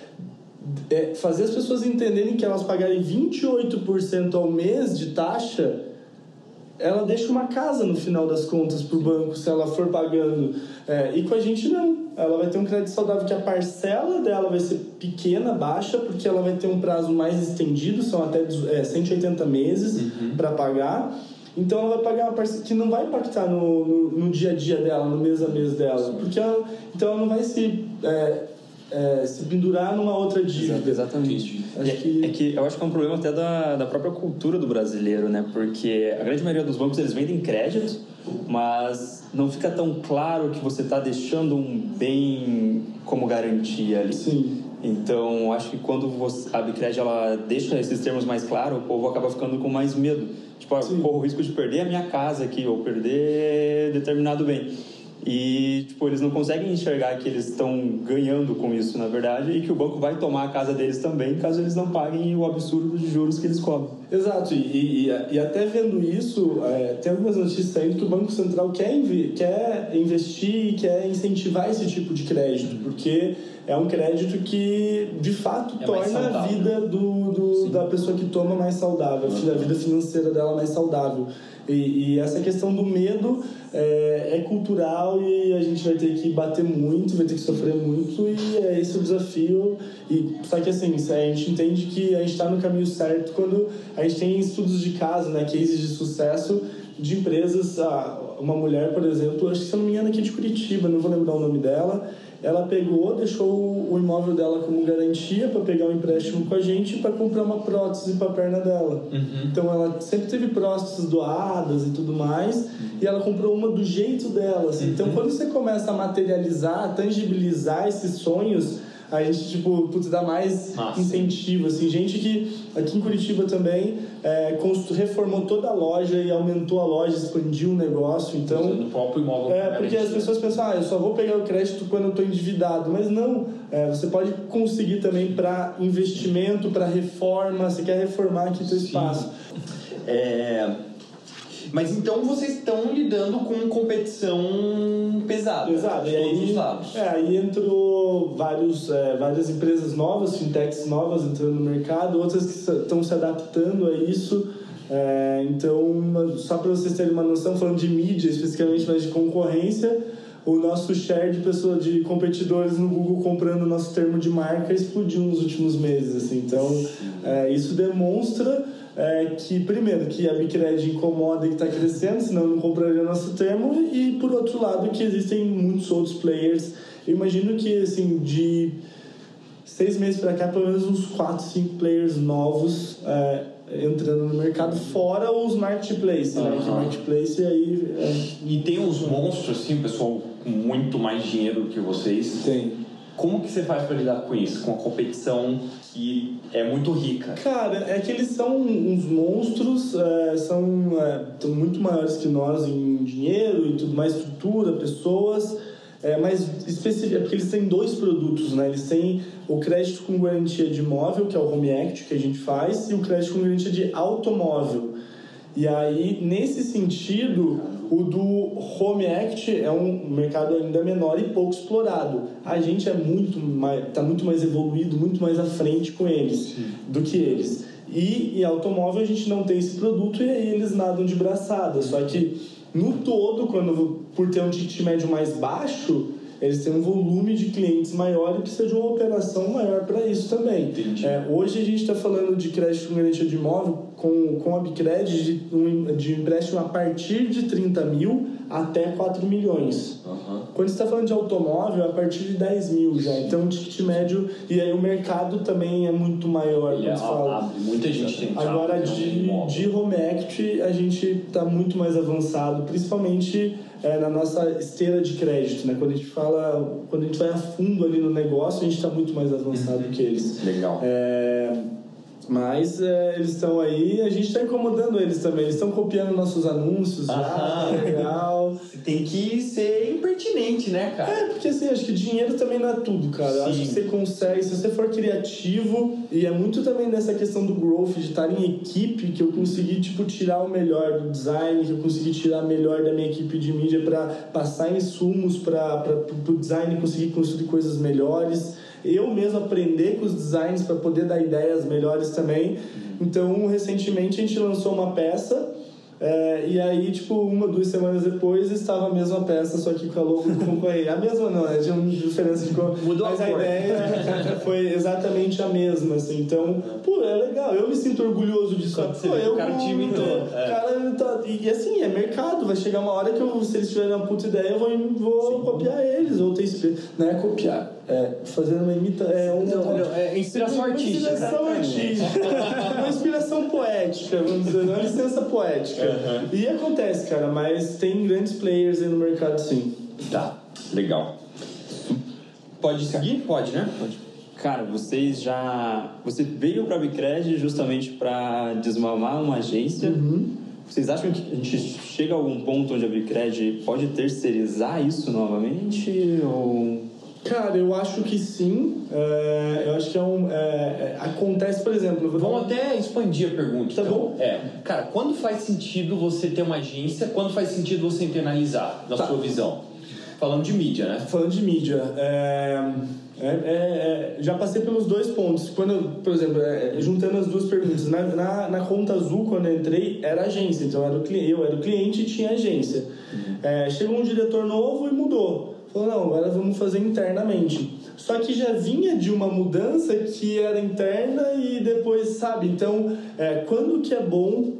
é fazer as pessoas entenderem que elas pagarem vinte e oito por cento ao mês de taxa, ela deixa uma casa no final das contas para o banco se ela for pagando. É, e com a gente não. Ela vai ter um crédito saudável que a parcela dela vai ser pequena, baixa, porque ela vai ter um prazo mais estendido, são até é, cento e oitenta meses uhum. para pagar. Então ela vai pagar uma parcela que não vai impactar no, no, no dia a dia dela, no mês a mês dela. Porque ela, então ela não vai se... É, É, se pendurar numa outra dívida. Exatamente. Acho é, que... é que eu acho que é um problema até da, da própria cultura do brasileiro, né? Porque a grande maioria dos bancos, eles vendem crédito, mas não fica tão claro que você está deixando um bem como garantia ali. Sim. Então, acho que quando você, a Bicred, ela deixa esses termos mais claros, o povo acaba ficando com mais medo. Tipo, eu corro o risco de perder a minha casa aqui, ou perder determinado bem. E, tipo, eles não conseguem enxergar que eles estão ganhando com isso, na verdade, e que o banco vai tomar a casa deles também, caso eles não paguem o absurdo de juros que eles cobram. Exato, e, e, e até vendo isso, é, tem algumas notícias saindo que o Banco Central quer, inv- quer investir e quer incentivar esse tipo de crédito, porque é um crédito que, de fato, é torna a vida do, do, da pessoa que toma mais saudável, uhum. a vida financeira dela mais saudável. E, e essa questão do medo é, é cultural e a gente vai ter que bater muito, vai ter que sofrer muito, e é esse o desafio. E, só que assim, a gente entende que a gente está no caminho certo quando a gente tem estudos de caso, né, cases de sucesso de empresas. Uma mulher, por exemplo, acho que se eu não me engano aqui de Curitiba, não vou lembrar o nome dela, ela pegou, deixou o imóvel dela como garantia para pegar um empréstimo com a gente para comprar uma prótese para a perna dela. Uhum. Então ela sempre teve próteses doadas e tudo mais, uhum. e ela comprou uma do jeito dela. Assim. Uhum. Então quando você começa a materializar, a tangibilizar esses sonhos, a gente, tipo, putz, dá mais Nossa. incentivo, assim. Gente que, aqui em Curitiba também, é, constru, reformou toda a loja e aumentou a loja, expandiu o negócio, então... No próprio imóvel. É, porque as pessoas pensam, ah, eu só vou pegar o crédito quando eu estou endividado. Mas não, é, você pode conseguir também para investimento, para reforma, você quer reformar aqui o seu espaço. É... Mas então vocês estão lidando com competição pesada. Pesada. De todos os lados. É, aí entrou vários, é, várias empresas novas, fintechs novas entrando no mercado, outras que estão se adaptando a isso. É, então, só para vocês terem uma noção, falando de mídia especificamente, mas de concorrência, o nosso share de pessoas, de competidores no Google comprando o nosso termo de marca explodiu nos últimos meses. Assim. Então, é, isso demonstra... É, que primeiro que a Bicred incomoda e está crescendo, senão não compraria nosso termo, e por outro lado que existem muitos outros players. Eu imagino que assim, de seis meses para cá, pelo menos uns quatro, cinco players novos é, entrando no mercado, fora os marketplaces, uhum. né? Que marketplace aí é... E tem uns monstros assim, pessoal com muito mais dinheiro que vocês. Tem. Como que você faz para lidar com isso, com a competição que é muito rica? Cara, é que eles são uns monstros, é, são é, muito maiores que nós em dinheiro e tudo mais, estrutura, pessoas, é, mas específico, é porque eles têm dois produtos, né? Eles têm o crédito com garantia de imóvel, que é o Home Equity que a gente faz, e o crédito com garantia de automóvel. E aí, nesse sentido, o do Home Equity é um mercado ainda menor e pouco explorado. A gente é muito mais, está muito mais evoluído, muito mais à frente com eles Sim. do que eles. E em automóvel a gente não tem esse produto e aí eles nadam de braçada. Só que no todo, quando, por ter um ticket médio mais baixo, eles têm um volume de clientes maior e precisa de uma operação maior para isso também. É, hoje a gente está falando de crédito com garantia de imóvel com, com a Bicred de um, de um empréstimo a partir de trinta mil até quatro milhões. Uhum. Quando você está falando de automóvel, é a partir de dez mil já. Então, o ticket médio... E aí, o mercado também é muito maior. Ele é, fala. Muita gente tem. Agora, de, de home equity, a gente está muito mais avançado, principalmente é, na nossa esteira de crédito, né? Quando a gente fala... Quando a gente vai a fundo ali no negócio, a gente está muito mais avançado uhum. que eles. Legal. É... Mas é, eles estão aí, a gente está incomodando eles também. Eles estão copiando nossos anúncios já, ah, legal. Tem que ser impertinente, né, cara? É, porque assim, acho que dinheiro também não é tudo, cara. Eu acho que você consegue, se você for criativo, e é muito também dessa questão do growth, de estar em equipe, que eu consegui, tipo, tirar o melhor do design, que eu consegui tirar o melhor da minha equipe de mídia para passar insumos para o design conseguir construir coisas melhores. Eu mesmo aprender com os designs para poder dar ideias melhores também. Então, recentemente a gente lançou uma peça é, e aí, tipo, uma, duas semanas depois estava a mesma peça, só que com a logo do concorrente. A mesma não, né? Tinha uma diferença de cor. Mudou mas a, a ideia foi exatamente a mesma, assim. Então, pô, é legal. Eu me sinto orgulhoso disso. Quando pô, eu, o cara te imitou. É. Cara, tá, e assim, é mercado. Vai chegar uma hora que eu, se eles tiverem uma puta ideia, eu vou, vou copiar eles. Ou ter, não é copiar. É, fazendo uma imitação. É, um, não, não, é inspiração artística. Inspiração artística. Uma inspiração poética, vamos dizer, uma licença poética. Uhum. E acontece, cara, mas tem grandes players aí no mercado, sim. Tá, legal. Pode seguir? Pode, né? Pode. Cara, vocês já... Você veio para a Bicred justamente para desmamar uma agência. Uhum. Vocês acham que a gente chega a algum ponto onde a Bicred pode terceirizar isso novamente? Ou... Cara, eu acho que sim. É, eu acho que é um... É, é, acontece, por exemplo... Vamos falar... até expandir a pergunta. Tá então. bom? É, cara, quando faz sentido você ter uma agência? Quando faz sentido você internalizar, na tá. sua visão? Falando de mídia, né? Falando de mídia. É, é, é, já passei pelos dois pontos. Quando eu, por exemplo, é, juntando as duas perguntas. Na, na, na Conta Azul, quando eu entrei, era agência. Então, eu era o, eu era o cliente e tinha agência. Uhum. É, chegou um diretor novo e mudou. Falou, não, agora vamos fazer internamente. Só que já vinha de uma mudança que era interna e depois, sabe? Então, é, quando que é bom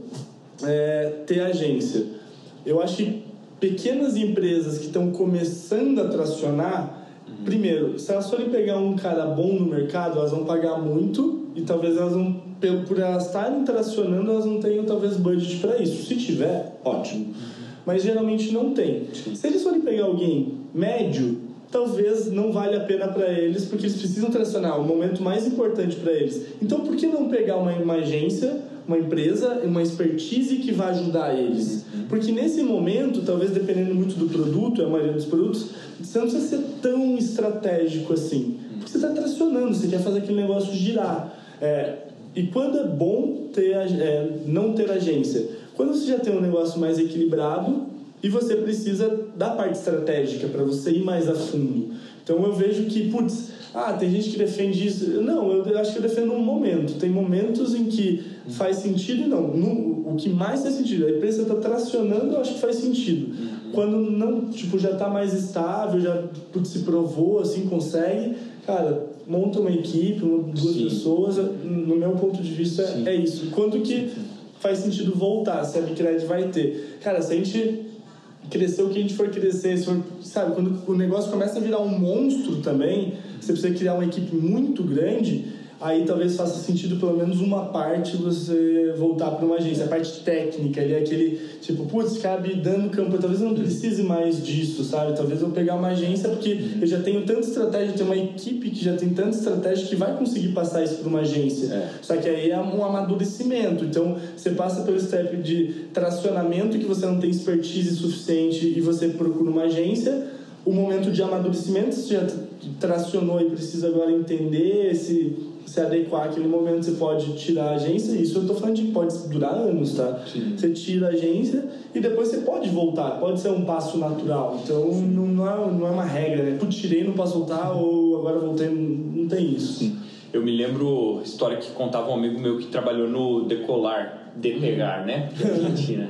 é, ter agência? Eu acho que pequenas empresas que estão começando a tracionar, uhum. primeiro, se elas forem pegar um cara bom no mercado, elas vão pagar muito e talvez elas não, por elas estarem tracionando, elas não tenham talvez budget para isso. Se tiver, ótimo. Uhum. Mas geralmente não tem. Sim. Se eles forem pegar alguém médio, talvez não valha a pena para eles, porque eles precisam tracionar o momento mais importante para eles. Então, por que não pegar uma, uma agência, uma empresa, uma expertise que vai ajudar eles? Porque nesse momento, talvez dependendo muito do produto, a maioria dos produtos, você não precisa ser tão estratégico assim. Porque você está tracionando, você quer fazer aquele negócio girar. É, e quando é bom ter, é, não ter agência? Quando você já tem um negócio mais equilibrado e você precisa da parte estratégica para você ir mais a fundo. Então eu vejo que, putz, ah, tem gente que defende isso. Não, eu acho que eu defendo um momento. Tem momentos em que faz sentido e não. No, o que mais faz sentido, a empresa está tracionando, eu acho que faz sentido. Quando não, tipo, já está mais estável, já putz, se provou, assim, consegue, cara, monta uma equipe, uma, duas Sim. pessoas. No meu ponto de vista, Sim. é isso. Quando que faz sentido voltar, se a Bicred vai ter. Cara, se a gente crescer o que a gente for crescer, se for, sabe, quando o negócio começa a virar um monstro também, você precisa criar uma equipe muito grande, aí talvez faça sentido pelo menos uma parte você voltar para uma agência, a parte técnica ali, aquele tipo, putz, cabe dando campo, talvez eu não precise mais disso, sabe? Talvez eu pegar uma agência porque eu já tenho tanta estratégia, tenho uma equipe que já tem tanta estratégia que vai conseguir passar isso para uma agência. É. Só que aí é um amadurecimento, então você passa pelo step de tracionamento que você não tem expertise suficiente e você procura uma agência, o momento de amadurecimento, você já tracionou e precisa agora entender se se adequar àquele momento, você pode tirar a agência. Isso eu tô falando de pode durar anos, tá? Sim. Você tira a agência e depois você pode voltar, pode ser um passo natural. Então não, não, é, não é uma regra, né? Putz, tirei, não posso voltar, ou agora voltei, não tem isso. Sim. Eu me lembro a história que contava um amigo meu que trabalhou no Decolar, Depegar, né? Da Argentina.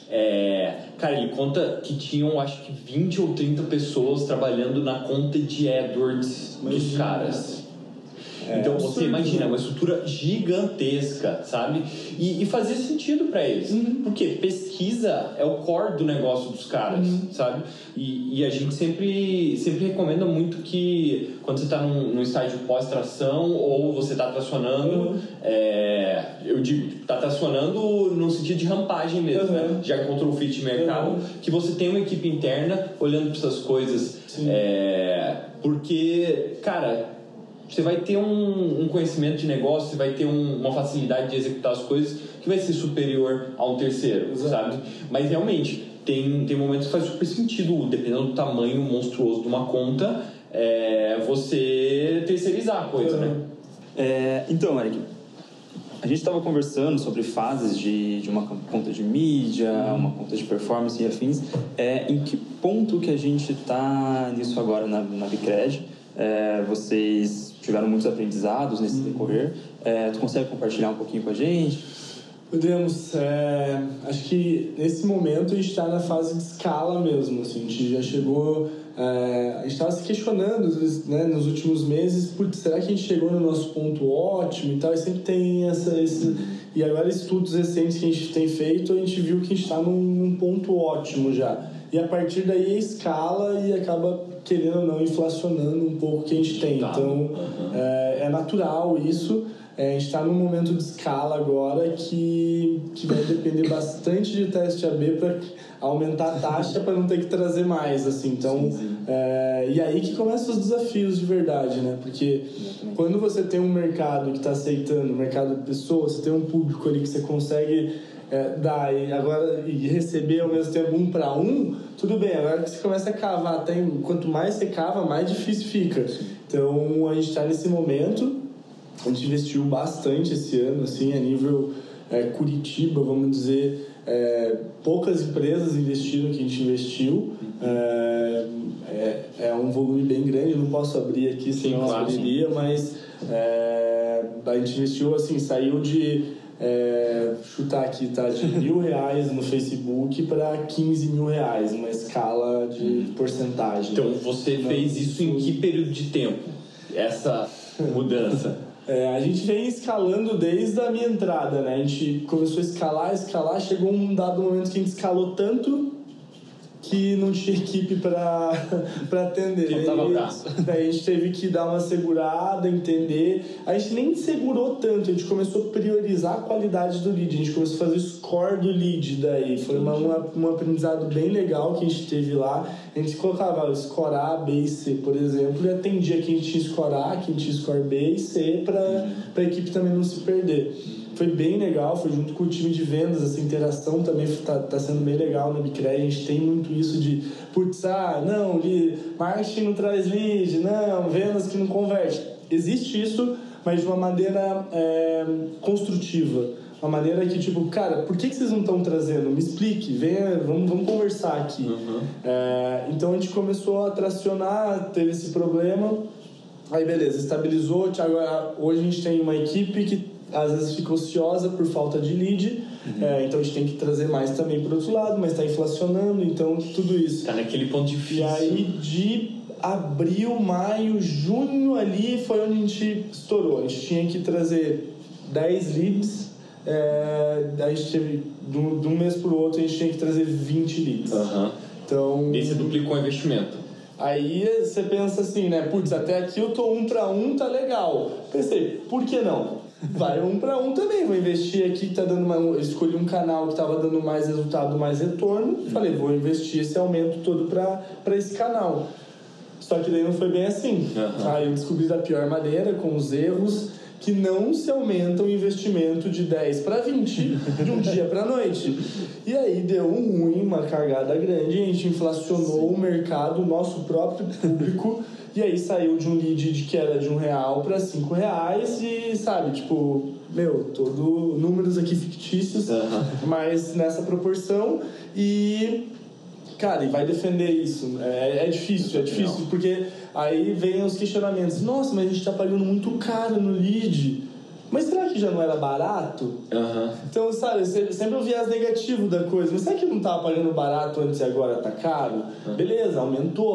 É, cara, ele conta que tinham acho que vinte ou trinta pessoas trabalhando na conta de AdWords dos caras. É, então absurdo, você imagina, né? uma estrutura gigantesca, sabe? E, e fazia sentido para eles. Uhum. Porque pesquisa é o core do negócio dos caras, uhum. sabe? E, e a gente sempre, sempre recomenda muito que quando você está num, num estágio pós-tração ou você está tracionando, uhum. é, eu digo, está tracionando no sentido de rampagem mesmo, uhum. né? Já encontrou o fit de mercado, uhum. que você tem uma equipe interna olhando para essas coisas. É, porque, cara, você vai ter um, um conhecimento de negócio, você vai ter um, uma facilidade de executar as coisas que vai ser superior a um terceiro, Exato. sabe? Mas realmente, tem, tem momentos que faz super sentido, dependendo do tamanho monstruoso de uma conta, é, você terceirizar a coisa, né? É, então, Eric, a gente estava conversando sobre fases de, de uma conta de mídia, uma conta de performance e afins. É, em que ponto que a gente está nisso agora na, na Bicred? É, vocês tiveram muitos aprendizados nesse decorrer. É, tu consegue compartilhar um pouquinho com a gente? Podemos. É, acho que nesse momento a gente está na fase de escala mesmo. Assim, a gente já chegou... É, a gente estava se questionando, né, nos últimos meses, putz, será que a gente chegou no nosso ponto ótimo e tal? E sempre tem essa... Esse, e agora, estudos recentes que a gente tem feito, a gente viu que a gente está num, num ponto ótimo já. E a partir daí a escala e acaba, querendo ou não, inflacionando um pouco o que a gente tem. Então, é, é natural isso. É, a gente está num momento de escala agora que, que vai depender bastante de teste A B para aumentar a taxa para não ter que trazer mais, assim. Então, sim, sim. É, e aí que começam os desafios de verdade, né? Porque Exatamente. Quando você tem um mercado que está aceitando, um mercado de pessoas, você tem um público ali que você consegue é, dar e, agora, e receber ao mesmo tempo um para um, tudo bem. Agora que você começa a cavar, tem, quanto mais você cava, mais difícil fica. Sim. Então, a gente está nesse momento. A gente investiu bastante esse ano, assim, a nível é, Curitiba, vamos dizer, é, poucas empresas investiram o que a gente investiu. É, é, é um volume bem grande, eu não posso abrir aqui, senão eu claro, abriria, sim. mas é, a gente investiu, assim, saiu de, é, chutar aqui, tá, de mil reais no Facebook para quinze mil reais, uma escala de porcentagem. Então, você não, fez isso em que período de tempo, essa mudança? É, a gente vem escalando desde a minha entrada, né? A gente começou a escalar, escalar, chegou um dado momento que a gente escalou tanto que não tinha equipe para para atender. Que tava braço. Daí a gente teve que dar uma segurada, entender. A gente nem segurou tanto, a gente começou a priorizar a qualidade do lead. A gente começou a fazer o score do lead daí. Foi uma, uma, um aprendizado bem legal que a gente teve lá. A gente colocava o score A, B e C, por exemplo, e atendia quem tinha score A, quem tinha score B e C para a equipe também não se perder. Foi bem legal, foi junto com o time de vendas, essa interação também está tá sendo bem legal na Bicred. A gente tem muito isso de, putz, ah, não, marketing não traz lead, não, vendas que não converte. Existe isso, mas de uma maneira é, construtiva. Uma maneira que, tipo, cara, por que, que vocês não estão trazendo? Me explique, venha, vamos, vamos conversar aqui. Uhum. É, então a gente começou a tracionar, teve esse problema, aí beleza, estabilizou. Agora, hoje a gente tem uma equipe que às vezes fica ociosa por falta de lead, uhum. é, então a gente tem que trazer mais também para o outro lado, mas está inflacionando, então tudo isso. Está naquele ponto difícil. E aí de abril, maio, junho ali foi onde a gente estourou. A gente tinha que trazer dez leads, é, a gente teve, de um, de um mês para o outro, a gente tinha que trazer vinte leads. Uhum. Então, e você duplicou o investimento. Aí você pensa assim, né? Putz, até aqui eu tô um para um, tá legal. Pensei, por que não? Vai um para um também, vou investir aqui que tá dando uma, eu escolhi um canal que tava dando mais resultado, mais retorno, falei, vou investir esse aumento todo para esse canal. Só que daí não foi bem assim. Uhum. Aí eu descobri da pior maneira, com os erros, que não se aumenta o investimento de dez para vinte de um dia para noite. E aí deu um ruim, uma cagada grande, a gente inflacionou Sim. o mercado, o nosso próprio público. E aí saiu de um lead de que era de um real para cinco reais e, sabe, tipo, meu, todo números aqui fictícios, uhum. mas nessa proporção. E, cara, e vai defender isso. É, é difícil, é difícil, porque aí vem os questionamentos. Nossa, mas a gente tá pagando muito caro no lead. Mas será que já não era barato? Uhum. Então, sabe, sempre eu vi as negativas da coisa. Mas será que não tava pagando barato antes e agora tá caro? Uhum. Beleza, aumentou.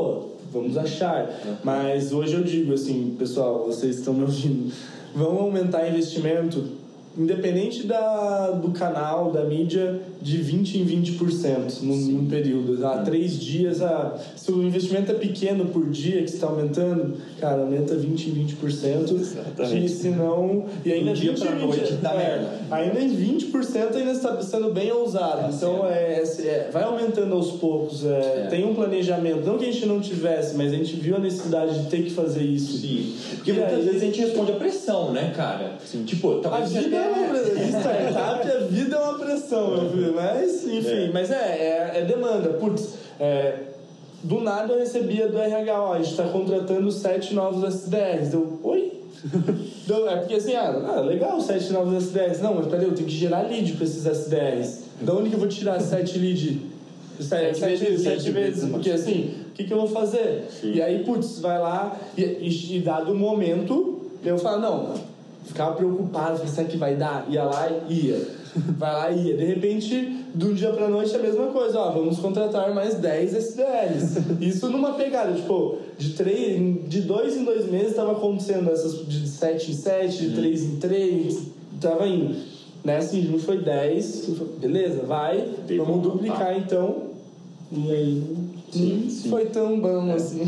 vamos achar. Mas hoje eu digo assim, pessoal, vocês estão me ouvindo, vão aumentar investimento, independente da, do canal, da mídia, de vinte em vinte por cento num, num período. Há três dias, ah, se o investimento é pequeno por dia que está aumentando, cara, aumenta vinte em vinte por cento. Exatamente. Senão, e ainda um dia vinte, pra noite vinte, dá é, merda. ainda em vinte por cento ainda está sendo bem ousado. É, então, é, é, vai aumentando aos poucos. É, É. Tem um planejamento. Não que a gente não tivesse, mas a gente viu a necessidade de ter que fazer isso. Sim. Porque E muitas aí- vezes a gente responde à pressão, né, cara? Sim. Tipo, A talvez você vida é uma até... pressão. Startup, a vida é uma pressão, meu filho. Mas, enfim, É. mas é, é, é demanda. Putz, é, do nada eu recebia do R H, ó, a gente tá contratando sete novos S D Rs. Deu, oi? Deu, é porque assim, ah, ah, legal, sete novos S D Rs. Não, mas peraí, eu tenho que gerar lead pra esses S D Rs. Da onde que eu vou tirar sete leads? Sete, sete, vezes, sete vezes, porque assim, o que, que eu vou fazer? Sim. E aí, putz, vai lá e, e, e dado o momento, eu falo, não, ficava preocupado, falei, será que vai dar? Ia lá e ia. Vai lá e ia. De repente, de um dia pra noite, a mesma coisa, ó, vamos contratar mais dez S D Rs. Isso numa pegada, tipo, de, três, de dois em dois meses tava acontecendo essas de sete em sete, de três em três, tava indo. Nessa em junho foi dez, beleza, vai, Tem vamos como duplicar então. E aí, Sim, não sim. foi tão bom assim.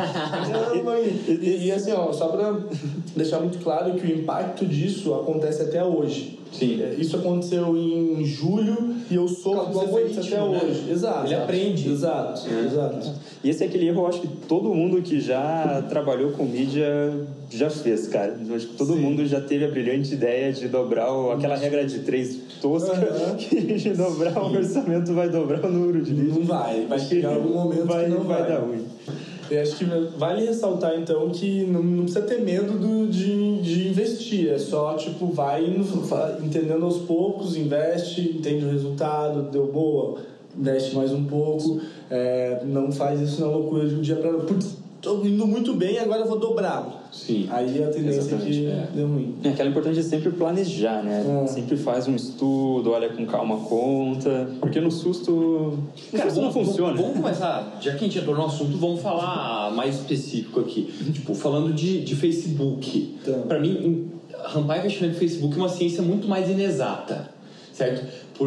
Não, mãe. E, e assim, ó, só pra deixar muito claro que o impacto disso acontece até hoje. Sim. É, Isso aconteceu em julho e eu sou Por causa dos do efeitos até algoritmo, né? hoje. Exato. Ele aprende. Exato, exato. E esse é aquele erro, eu acho que todo mundo que já trabalhou com mídia já fez, cara. Eu acho que todo Sim. mundo já teve a brilhante ideia de dobrar o, aquela regra de três tosca, Aham. que de dobrar o orçamento vai dobrar o número de leads. Não vai, vai Acho que chegar algum momento vai, que não vai. dar ruim. Eu acho que vale ressaltar, então, que não, não precisa ter medo do, de, de investir. É só, tipo, vai indo, vai entendendo aos poucos, investe, entende o resultado, deu boa, investe mais um pouco. É, não faz isso na loucura de um dia para... Putz, tô indo muito bem, agora eu vou dobrar. Sim. Aí a tendência Exatamente, é que é. deu ruim. É, aquela importante é sempre planejar, né? É. Sempre faz um estudo, olha com calma a conta, porque no susto, no Cara, susto não vamos, funciona. Vamos, vamos começar, já que a gente entrou no assunto, vamos falar mais específico aqui. Tipo, falando de, de Facebook. Tá. Pra mim, em- rampar investimento no Facebook é uma ciência muito mais inexata, certo?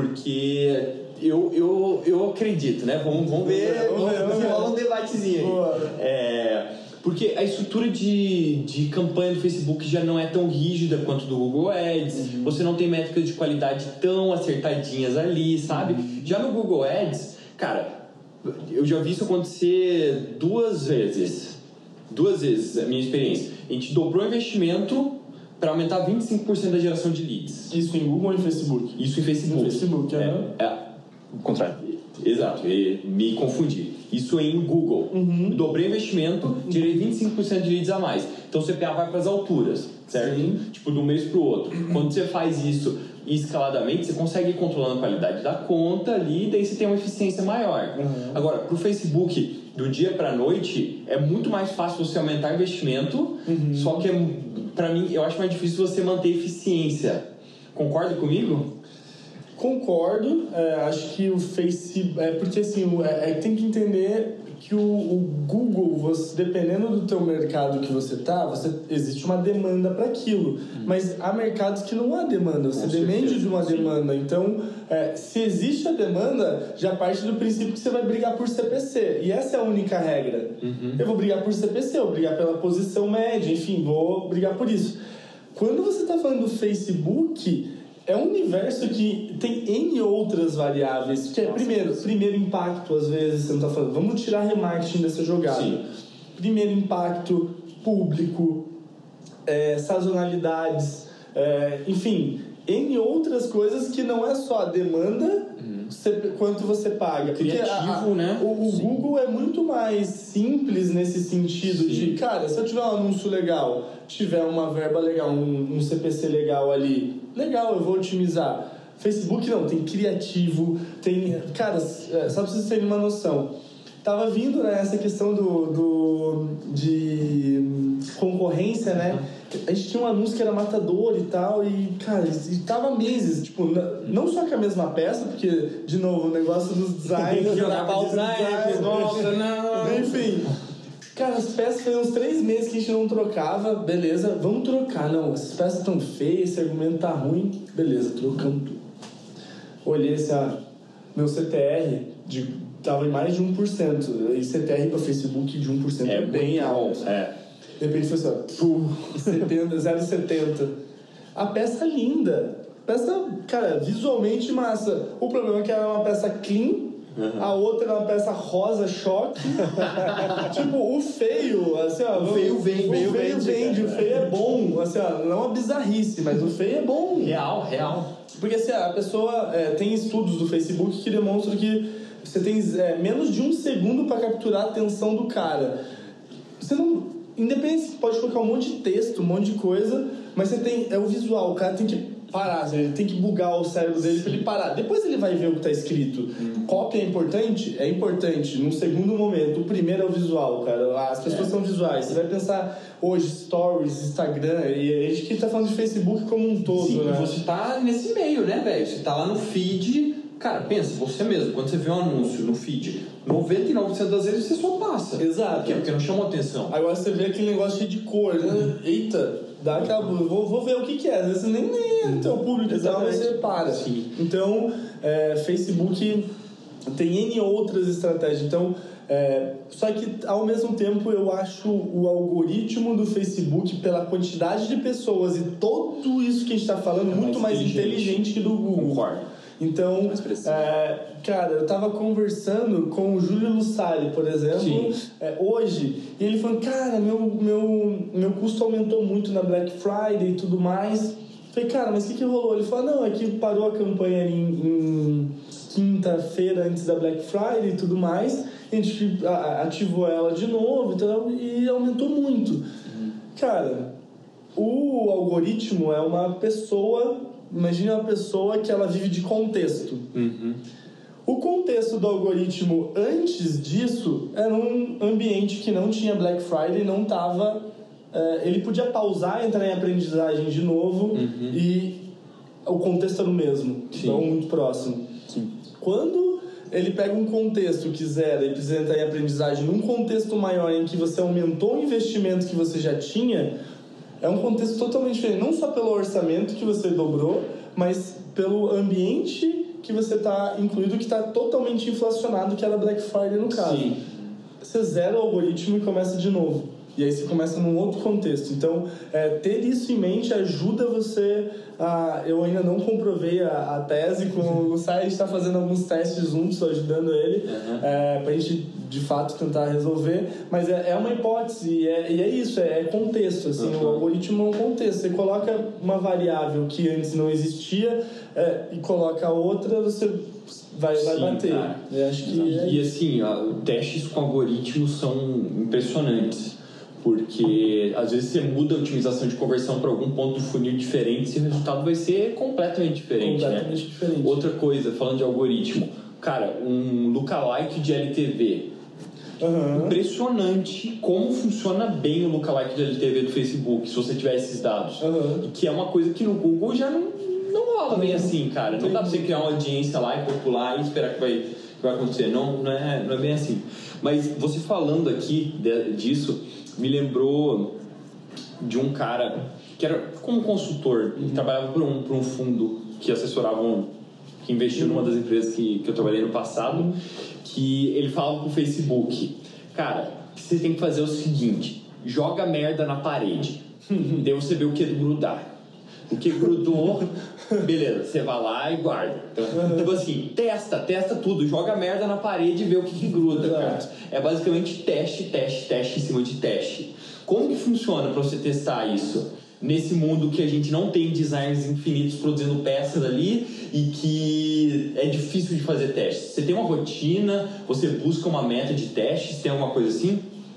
Porque eu, eu, eu acredito, né? Vamos, vamos ver, Vamos ver, vamos se ver. rola um debatezinho aí. Boa. É, porque a estrutura de, de campanha do Facebook já não é tão rígida quanto do Google Ads. Você não tem métricas de qualidade tão acertadinhas ali, sabe? Já no Google Ads, cara, eu já vi isso acontecer duas vezes. Duas vezes, a minha experiência. A gente dobrou o investimento para aumentar vinte e cinco por cento da geração de leads. Isso em Google ou em Facebook? Isso em Facebook. No Facebook, é, aham. é, O contrário. Exato, e me confundi. Isso em Google. Uhum. Dobrei o investimento, tirei vinte e cinco por cento de leads a mais. Então o C P A vai para as alturas, certo? Sim. Tipo, de um mês para o outro. Quando você faz isso escaladamente, você consegue ir controlando a qualidade da conta ali, e daí você tem uma eficiência maior. Uhum. Agora, para o Facebook, do dia para a noite, é muito mais fácil você aumentar o investimento, Uhum. só que, é, para mim, eu acho mais difícil você manter eficiência. Concorda comigo? Concordo, é, acho que o Facebook... É porque assim, o- é, é, tem que entender que o, o Google, você, dependendo do teu mercado que você tá, você, existe uma demanda para aquilo. Mas há mercados que não há demanda, você Com depende certeza, de uma sim. demanda. Então, é, se existe a demanda, já parte do princípio que você vai brigar por C P C. E essa é a única regra. Eu vou brigar por C P C, eu vou brigar pela posição média, enfim, vou brigar por isso. Quando você está falando do Facebook... É um universo que tem N outras variáveis. Que é, primeiro, primeiro impacto, às vezes, você não está falando. Vamos tirar remarketing dessa jogada. Sim. Primeiro impacto, público, é, sazonalidades, é, enfim, N outras coisas que não é só a demanda, você- quanto você paga. Porque a- a- Criativo, né? O, o Sim. Google é muito mais simples nesse sentido de, cara, se eu tiver um anúncio legal, tiver uma verba legal, um, um C P C legal ali, legal, eu vou otimizar. Facebook não, tem criativo, tem... Cara, é, só pra vocês terem uma noção. Tava vindo, né, essa questão do, do, de hum, concorrência, né? A gente tinha um anúncio que era matador e tal, e, cara, e tava meses, tipo, n- não só com a mesma peça, porque, de novo, o negócio dos designers... Gravar o design, design, nossa, não. Enfim, Cara, as peças foi uns três meses que a gente não trocava, beleza, vamos trocar. Não, essas peças estão feias, esse argumento tá ruim, beleza, trocamos tudo. Olhei assim, ah, meu C T R de, tava em mais de um por cento, e C T R para Facebook de um por cento é, é bem alto. É. De repente foi assim, ó, setenta, zero vírgula setenta. A peça linda, peça, cara, visualmente massa. O problema é que ela é uma peça clean. Uhum. A outra é uma peça rosa choque. Tipo, o feio, assim, ó. O feio vende. O feio vende, vende. O feio é bom. Assim, ó, não é uma bizarrice, mas o feio é bom. Real, real. Porque assim, a pessoa é, tem estudos do Facebook que demonstram que você tem é, menos de um segundo para capturar a atenção do cara. Você não. Independente, você pode colocar um monte de texto, um monte de coisa, mas você tem. É o visual, o cara tem que parar, ele tem que bugar o cérebro dele para ele parar. Depois ele vai ver o que está escrito. Hum. Cópia é importante? É importante. Num segundo momento. O primeiro é o visual, cara. As pessoas é. são visuais. Você vai pensar hoje, stories, Instagram, e a gente que tá falando de Facebook como um todo, Sim, né? E você tá nesse meio, né, velho? Você tá lá no feed. Cara, pensa, você mesmo, quando você vê um anúncio no feed, noventa e nove por cento das vezes você só passa. Exato. Porque, porque não chamou atenção. Agora você vê aquele negócio cheio de cor, né? Eita, dá aquela... Vou, vou ver o que que é. Às vezes nem, nem é teu público e tal, mas você para. Sim. Então, é, Facebook tem N outras estratégias. Então, é, só que ao mesmo tempo eu acho o algoritmo do Facebook, pela quantidade de pessoas e tudo isso que a gente está falando, é muito mais inteligente. mais inteligente que do Google. Concordo. Então, é, cara, eu tava conversando com o Júlio Lussari, por exemplo, é, hoje, e ele falou, cara, meu, meu, meu custo aumentou muito na Black Friday e tudo mais. Falei, cara, mas o que que rolou? Ele falou, não, é que parou a campanha em, em quinta-feira antes da Black Friday e tudo mais, a gente ativou ela de novo e, tal, e aumentou muito. Uhum. Cara, o algoritmo é uma pessoa... Imagine uma pessoa que ela vive de contexto. Uhum. O contexto do algoritmo antes disso era um ambiente que não tinha Black Friday, não tava... É, ele podia pausar, entrar em aprendizagem de novo, uhum. e o contexto era o mesmo, Sim. então muito próximo. Sim. Quando ele pega um contexto que zera e precisa entrar em aprendizagem num contexto maior em que você aumentou o investimento que você já tinha... É um contexto totalmente diferente, não só pelo orçamento que você dobrou, mas pelo ambiente que você está incluído, que está totalmente inflacionado, que era Black Friday no caso. Sim. Você zera o algoritmo e começa de novo. E aí você começa num outro contexto. Então, é, ter isso em mente ajuda você a... Eu ainda não comprovei a, a tese com o Sai, a gente está fazendo alguns testes juntos, ajudando ele, uhum. é, para a gente, de fato, tentar resolver. Mas é, é uma hipótese, e é, e é isso, é, é contexto. Assim, uhum. O algoritmo é um contexto. Você coloca uma variável que antes não existia é, e coloca outra, você... Vai, vai Sim, bater. Cara. Eu acho que é e assim, ó, testes com algoritmos são impressionantes. Porque às vezes você muda a otimização de conversão para algum ponto do funil diferente e o resultado vai ser completamente diferente. Completamente né? diferente. Outra coisa, falando de algoritmo, cara, um lookalike de L T V. Uhum. Impressionante como funciona bem o lookalike de L T V do Facebook, se você tiver esses dados. Uhum. Que é uma coisa que no Google já não, não rola bem assim, cara. Não dá pra você criar uma audiência lá e popular e esperar que vai, que vai acontecer. Não, não, é, não é bem assim. Mas você falando aqui de, disso, me lembrou de um cara que era como consultor, uhum. que trabalhava por um, por um fundo que assessorava, um, que investiu uhum. numa das empresas que, que eu trabalhei no passado, uhum. que ele falava pro Facebook, cara, você tem que fazer o seguinte, joga merda na parede, uhum. daí você vê o que grudar. O que grudou, beleza, você vai lá e guarda. Então, uhum. tipo assim, testa, testa tudo, joga merda na parede e vê o que, que gruda, Exato. cara. É basicamente teste, teste, teste em cima de teste. Como que funciona para você testar isso? Nesse mundo que a gente não tem designers infinitos produzindo peças ali e que é difícil de fazer testes. Você tem uma rotina, você busca uma meta de testes, tem alguma coisa assim?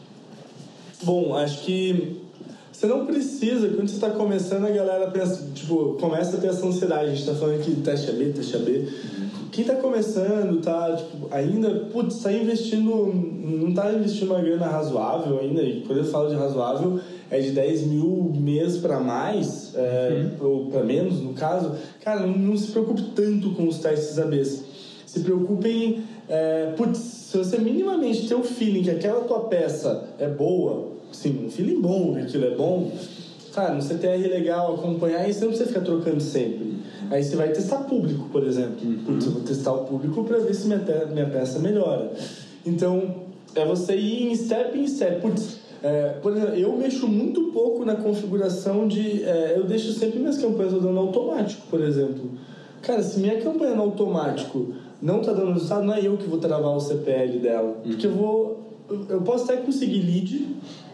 Bom, acho que você não precisa, quando você está começando, a galera pensa, tipo, começa a ter essa ansiedade. A gente está falando aqui de teste A B, teste A B. Uhum. Quem está começando, tá, tipo, ainda, putz, está investindo, não está investindo uma grana razoável ainda. E quando eu falo de razoável, é de dez mil mês para mais, é, uhum. ou para menos, no caso. Cara, não, não se preocupe tanto com os testes A Bs. se preocupe em... É, putz, se você minimamente ter o feeling que aquela tua peça é boa, sim, um feeling bom que aquilo é bom, cara, um C T R legal, acompanhar, e você não precisa ficar trocando sempre. Aí você vai testar público, por exemplo. Uhum. Putz, eu vou testar o público para ver se minha, te- minha peça melhora. Então, é você ir em step em step. Putz, é, por exemplo, eu mexo muito pouco na configuração de... É, eu deixo sempre minhas campanhas rodando automático, por exemplo. Cara, se minha campanha no automático não tá dando resultado, não é eu que vou travar o C P L dela. Uhum. Porque eu vou... Eu posso até conseguir lead,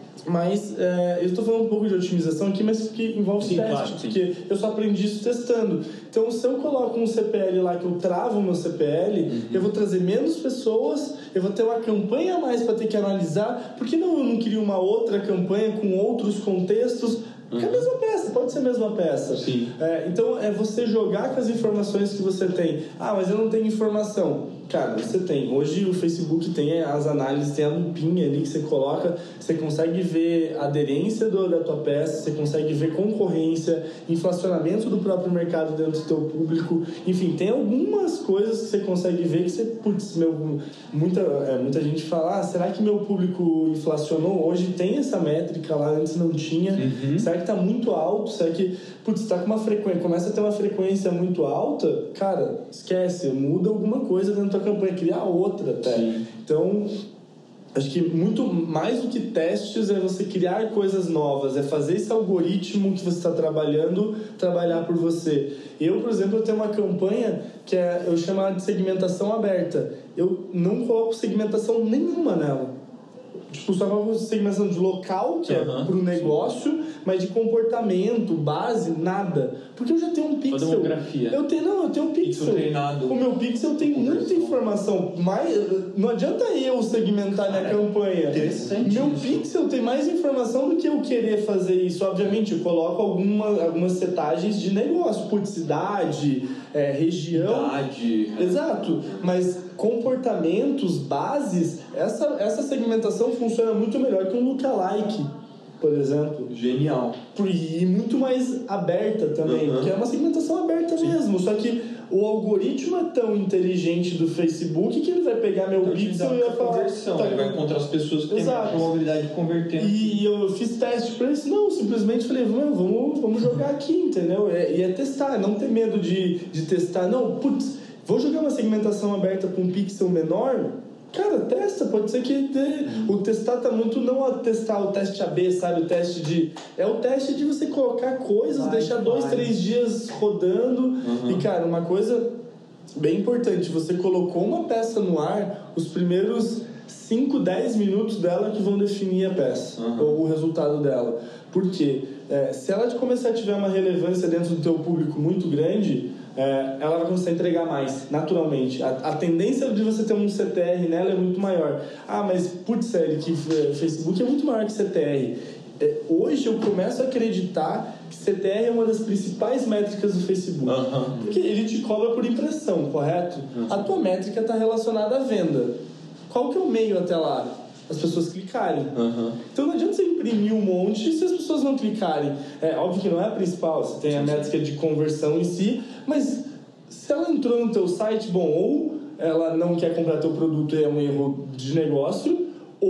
mas é, eu estou falando um pouco de otimização aqui, mas que envolve sim, teste, claro, porque eu só aprendi isso testando. Então, se eu coloco um C P L lá que eu travo o meu C P L, uhum. eu vou trazer menos pessoas, eu vou ter uma campanha a mais para ter que analisar. Por que não eu não queria uma outra campanha com outros contextos? Porque é a mesma peça, pode ser a mesma peça. Sim. É, então, é você jogar com as informações que você tem. Ah, mas eu não tenho informação. Cara, você tem. Hoje o Facebook tem as análises, tem a lupinha ali que você coloca, você consegue ver a aderência do, da tua peça, você consegue ver concorrência, inflacionamento do próprio mercado dentro do teu público. Enfim, tem algumas coisas que você consegue ver que você... Putz, meu, muita, é, muita gente fala, ah, será que meu público inflacionou? Hoje tem essa métrica lá, antes não tinha. Uhum. Será que tá muito alto? Será que... Putz, tá com uma frequência... Começa a ter uma frequência muito alta, cara, esquece, muda alguma coisa dentro da campanha, criar outra até. Sim. Então, acho que muito mais do que testes é você criar coisas novas, é fazer esse algoritmo que você está trabalhando trabalhar por você. Eu, por exemplo, eu tenho uma campanha que é, eu chamo ela de segmentação aberta. Eu não coloco segmentação nenhuma nela. Tipo, só uma segmentação de local, que uhum, é pro negócio, sim. mas de comportamento, base, nada. Porque eu já tenho um pixel. Demografia. Eu tenho, não, eu tenho um pixel. Treinado. O meu pixel tem muita informação. Mais, não adianta eu segmentar minha ah, campanha. Interessante. Meu pixel tem mais informação do que eu querer fazer isso. Obviamente, eu coloco alguma, algumas setagens de negócio, por cidade, é, região. Idade. Exato. Mas comportamentos, bases, essa, essa segmentação funciona muito melhor que um lookalike, por exemplo. Genial. E muito mais aberta também, uhum. porque é uma segmentação aberta Sim. mesmo, só que o algoritmo é tão inteligente do Facebook que ele vai pegar meu então, pixel e vai falar... Conversão, tá, ele vai encontrar as pessoas que Exato. têm a probabilidade de converter. E eu fiz teste pra isso, não, simplesmente falei, vamos, vamos jogar aqui, entendeu? E é testar, não ter medo de, de testar, não, putz, vou jogar uma segmentação aberta com um pixel menor... Cara, testa, pode ser que de, o testar tá muito, não a testar o teste A B, sabe, o teste de... É o teste de você colocar coisas, vai, deixar vai. dois, três dias rodando. Uhum. E, cara, uma coisa bem importante, você colocou uma peça no ar, os primeiros cinco, dez minutos dela que vão definir a peça, uhum. ou o resultado dela. Por quê? É, se ela começar a tiver uma relevância dentro do teu público muito grande... É, ela vai começar a entregar mais, naturalmente. A, a tendência de você ter um C T R nela é muito maior. Ah, mas, putz, sério, que Facebook é muito maior que C T R. É, hoje eu começo a acreditar que C T R é uma das principais métricas do Facebook. Uhum. Porque ele te cobra por impressão, correto? Uhum. A tua métrica está relacionada à venda. Qual que é o meio até lá? As pessoas clicarem. Uhum. Então não adianta você imprimir um monte se as pessoas não clicarem. É óbvio que não é a principal, você tem sim, a métrica sim. de conversão em si, mas se ela entrou no teu site, bom, ou ela não quer comprar teu produto e é um erro de negócio,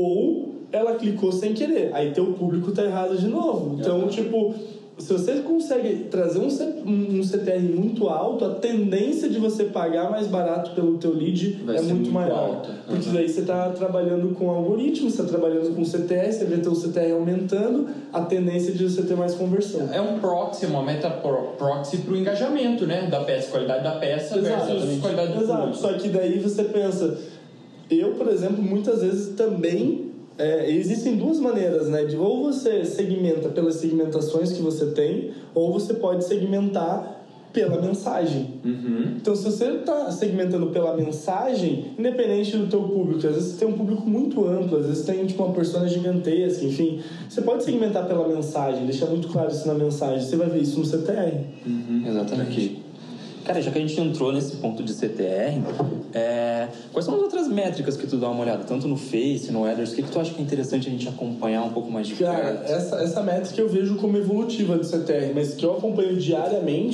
ou ela clicou sem querer. Aí teu público tá errado de novo. Então, uhum. tipo... Se você consegue trazer um, C, um C T R muito alto, a tendência de você pagar mais barato pelo teu lead Vai é muito, muito maior. Alta. Porque uhum. daí você está trabalhando com algoritmo, você está trabalhando com C T R, você vê teu C T R aumentando, a tendência de você ter mais conversão. É um proxy, uma meta proxy para o engajamento, né? Da peça, qualidade da peça Exato, versus qualidade do Exato. produto. Só que daí você pensa... Eu, por exemplo, muitas vezes também... É, existem duas maneiras, né? De, ou você segmenta pelas segmentações que você tem, ou você pode segmentar pela mensagem. Uhum. Então, se você está segmentando pela mensagem, independente do teu público, às vezes você tem um público muito amplo, às vezes tem tipo, uma persona gigantesca, enfim, você pode segmentar pela mensagem, deixar muito claro isso na mensagem, você vai ver isso no C T R. Uhum. Exatamente. Aqui. Cara, já que a gente entrou nesse ponto de C T R, é... quais são as outras métricas que tu dá uma olhada? Tanto no Face, no Ads, o que, que tu acha que é interessante a gente acompanhar um pouco mais de perto? Cara, essa, essa métrica eu vejo como evolutiva do C T R, mas que eu acompanho diariamente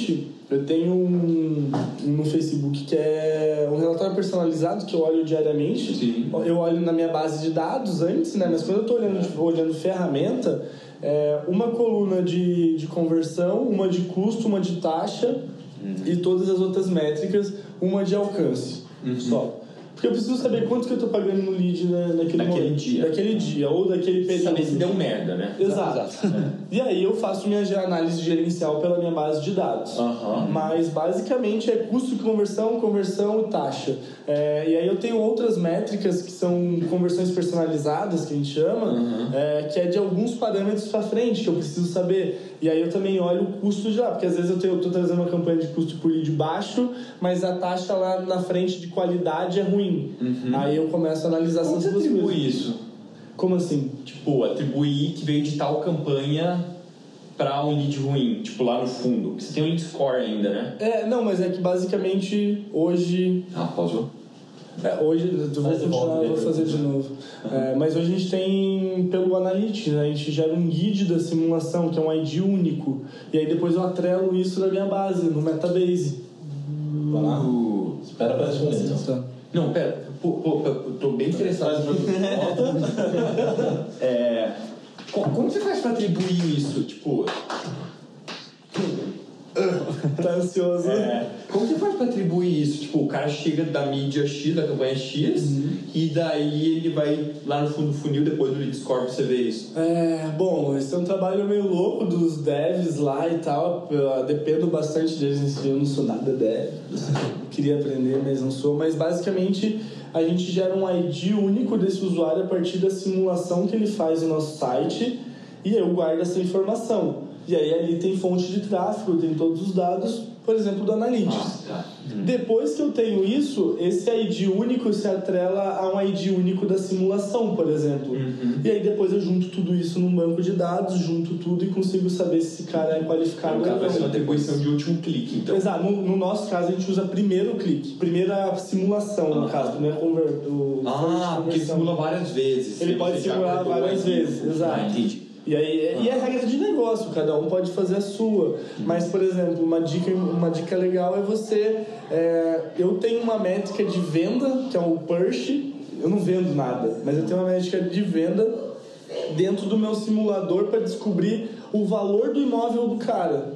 Eu tenho um, um no Facebook que é um relatório personalizado que eu olho diariamente. Sim. Eu olho na minha base de dados antes, né? Mas quando eu estou olhando, tipo, olhando ferramenta, é uma coluna de, de conversão, uma de custo, uma de taxa uhum. e todas as outras métricas, uma de alcance. Uhum. Só. Porque eu preciso saber quanto que eu tô pagando no lead na, naquele, naquele momento, dia. Daquele dia, ou daquele período. Saber se deu merda, né? Exato. Exato. É. E aí eu faço minha análise gerencial pela minha base de dados. Uhum. Mas basicamente é custo de conversão, conversão e taxa. É, e aí eu tenho outras métricas que são conversões personalizadas, que a gente chama, uhum. é, que é de alguns parâmetros para frente, que eu preciso saber. E aí eu também olho o custo de lá, porque às vezes eu tenho, eu tô trazendo uma campanha de custo por lead baixo, mas a taxa lá na frente de qualidade é ruim. Uhum. Aí eu começo a analisar essas duas coisas. Como você atribui isso? Como assim? Tipo, atribuir que veio de tal campanha para um lead ruim, tipo lá no fundo. Você tem um lead score ainda, né? É, não, mas é que basicamente hoje... Ah, pausou. É, hoje, eu vou continuar, vou fazer de novo. Uhum. É, mas hoje a gente tem, pelo Analytics, né, a gente gera um guide da simulação, que é um I D único. E aí depois eu atrelo isso na minha base, no Metabase. Vai lá. Uh, espera pra responder. Tá. Não, pera. Pô, pô, tô bem interessado. é, como você faz pra atribuir isso? Tipo... Tá ansioso? É, como você faz pra atribuir isso? Tipo, o cara chega da mídia X, da campanha X, uhum. e daí ele vai lá no fundo do funil, depois do lead score, pra você ver isso. É, bom, esse é um trabalho meio louco dos devs lá e tal. Eu dependo bastante deles, eu não sou nada dev. Queria aprender, mas não sou. Mas basicamente a gente gera um I D único desse usuário a partir da simulação que ele faz no nosso site, e eu guardo essa informação. E aí ali tem fonte de tráfego, tem todos os dados, por exemplo, do Analytics. Ah, tá. hum. Depois que eu tenho isso, esse I D único se atrela a um I D único da simulação, por exemplo. Uhum. E aí depois eu junto tudo isso num banco de dados, junto tudo e consigo saber se esse cara é qualificado ou não. No caso vai ser uma atribuição de último clique, então. Exato. No, no nosso caso, a gente usa primeiro clique, primeira simulação, no ah. caso, primeira conver... o Ah, porque ele simula várias vezes. Ele pode simular várias vezes, exato. Ah, entendi. E, aí, ah. e é regra de negócio, cada um pode fazer a sua. Hum. Mas, por exemplo, uma dica, uma dica legal é você... É, eu tenho uma métrica de venda, que é o Purge. Eu não vendo nada, mas eu tenho uma métrica de venda dentro do meu simulador para descobrir o valor do imóvel do cara.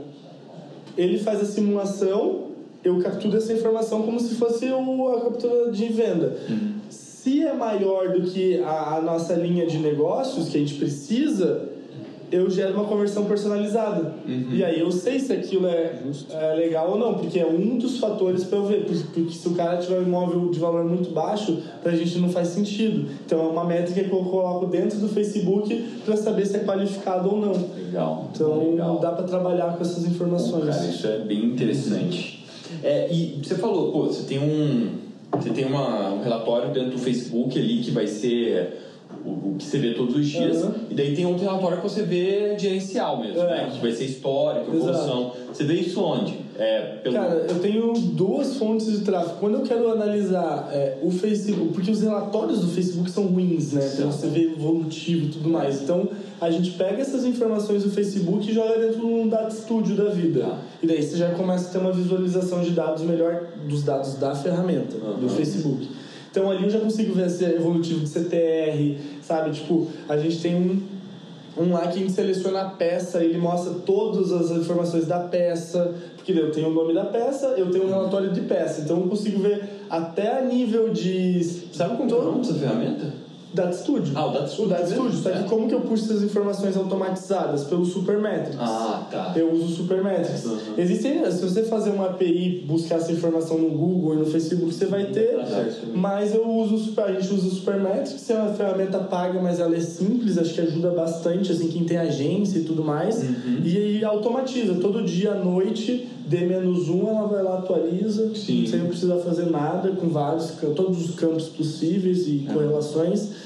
Ele faz a simulação, eu capturo essa informação como se fosse o, a captura de venda. Hum. Se é maior do que a, a nossa linha de negócios que a gente precisa, eu gero uma conversão personalizada. Uhum. E aí eu sei se aquilo é, é legal ou não, porque é um dos fatores para eu ver. Porque se o cara tiver um imóvel de valor muito baixo, pra gente não faz sentido. Então é uma métrica que eu coloco dentro do Facebook para saber se é qualificado ou não. Legal. Então legal. Dá para trabalhar com essas informações. Bom, cara, isso é bem interessante. É, e você falou, pô, você tem um... Você tem uma, um relatório dentro do Facebook ali que vai ser o, o que você vê todos os dias. Uhum. E daí tem outro relatório que você vê gerencial mesmo, é. né? Que vai ser histórico, evolução. Você vê isso onde? É, pelo... Cara, eu tenho duas fontes de tráfego. Quando eu quero analisar é, o Facebook, porque os relatórios do Facebook são ruins, né? Então você vê evolutivo e tudo mais. Então a gente pega essas informações do Facebook e joga dentro de um Data Studio da vida. Ah. E daí você já começa a ter uma visualização de dados melhor dos dados da ferramenta, uhum. do Facebook. Então ali eu já consigo ver se é evolutivo de C T R, sabe? Tipo, a gente tem um, um lá que a gente seleciona a peça, ele mostra todas as informações da peça, porque eu tenho o nome da peça, eu tenho um relatório de peça, então eu consigo ver até a nível de... Sabe como é o nome dessa ferramenta? Data Studio. Ah, o Data Studio. O Data Studio. Só que é. como que eu puxo essas informações automatizadas? Pelo Supermetrics. Ah, tá. Eu uso o Supermetrics. Uhum. Existem, se você fazer uma A P I, buscar essa informação no Google e no Facebook, você vai ter. Uhum. Mas eu uso o Super, a gente usa o Supermetrics, é uma ferramenta paga, mas ela é simples, acho que ajuda bastante, assim, quem tem agência e tudo mais. Uhum. E, e automatiza. Todo dia à noite, D menos um, ela vai lá, atualiza, Sim. sem eu precisar fazer nada, com vários, todos os campos possíveis e uhum. correlações.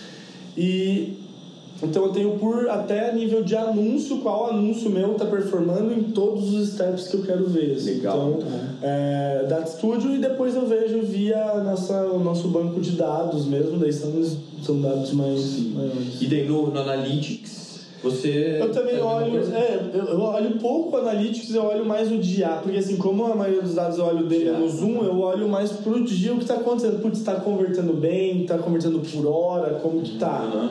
E então eu tenho por até nível de anúncio, qual anúncio meu está performando em todos os steps que eu quero ver. Assim. Legal. Então, é, Data Studio, e depois eu vejo via nossa, o nosso banco de dados mesmo, daí são, são dados mais Sim. maiores. E daí no, no Analytics, Você... Eu também olho, é, eu, eu olho pouco o Analytics, eu olho mais o dia, porque assim, como a maioria dos dados eu olho dele no Zoom, eu olho mais pro dia o que está acontecendo. Putz, está convertendo bem, está convertendo por hora, como que tá. Uhum.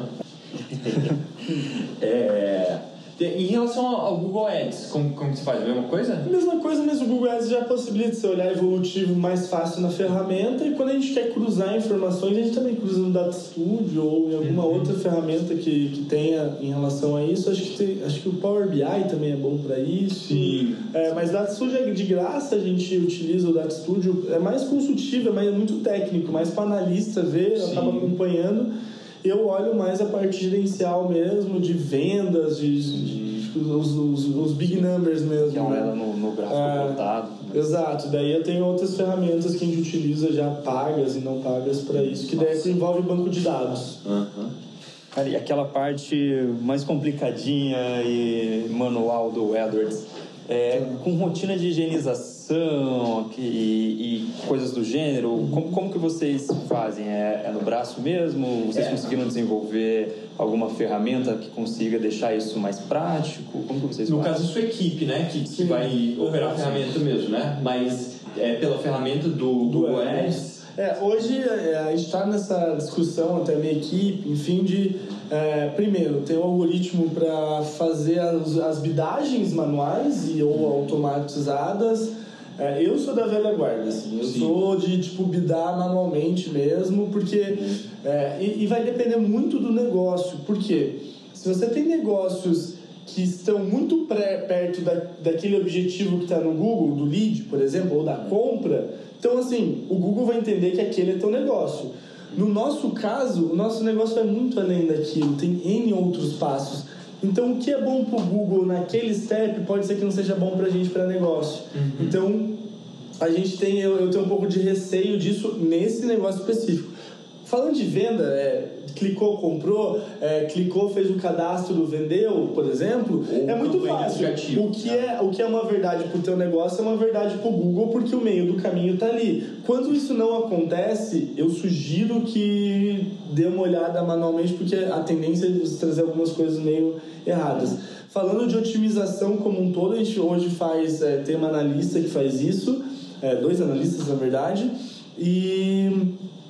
é... Em relação ao Google Ads, como, como você faz? A mesma coisa? A mesma coisa, mas o Google Ads já possibilita você olhar evolutivo mais fácil na ferramenta, e quando a gente quer cruzar informações, a gente também cruza no Data Studio ou em alguma uhum. outra ferramenta que, que tenha em relação a isso. Acho que, tem, acho que o Power B I também é bom para isso. Sim. É, mas Data Studio é de graça, a gente utiliza o Data Studio, é mais consultivo, é mais, muito técnico, mais para analista ver, Sim. acaba acompanhando. Eu olho mais a parte gerencial mesmo, de vendas, de, de, de os, os, os big numbers mesmo. Que é uma ela no, no gráfico é, voltado. Mas... Exato. Daí eu tenho outras ferramentas que a gente utiliza já pagas e não pagas para isso, que daí envolve banco de dados. Uhum. Cara, e aquela parte mais complicadinha e manual do AdWords, é, com rotina de higienização e, e coisas do gênero, uhum. como, como que vocês fazem? É, é no braço mesmo? Vocês é. conseguiram desenvolver alguma ferramenta que consiga deixar isso mais prático? Como que vocês no fazem? No caso, a sua equipe, né? Que, que vai operar a ferramenta mesmo, né? Mas é pela ferramenta do, do Google Ads. É, hoje a gente está nessa discussão, até a minha equipe, enfim, de é, primeiro, ter um algoritmo para fazer as, as bidagens manuais e ou automatizadas. É, eu sou da velha guarda, assim, eu Sim. sou de tipo bidar manualmente mesmo, porque é, e, e vai depender muito do negócio, porque se você tem negócios que estão muito pré, perto da, daquele objetivo que está no Google, do lead, por exemplo, ou da compra, então assim, o Google vai entender que aquele é teu negócio. No nosso caso, o nosso negócio vai muito além daquilo, tem N outros passos. Então, o que é bom para o Google naquele step pode ser que não seja bom para a gente para negócio. Uhum. Então, a gente tem, eu, eu tenho um pouco de receio disso nesse negócio específico. Falando de venda, é, clicou, comprou, é, clicou, fez o cadastro, vendeu, por exemplo, Ou é muito fácil. O que, é, o que é uma verdade para o teu negócio é uma verdade para o Google, porque o meio do caminho está ali. Quando isso não acontece, eu sugiro que dê uma olhada manualmente, porque a tendência é de trazer algumas coisas meio erradas. Falando de otimização como um todo, a gente hoje faz, é, tem uma analista que faz isso, é, dois analistas na verdade, e...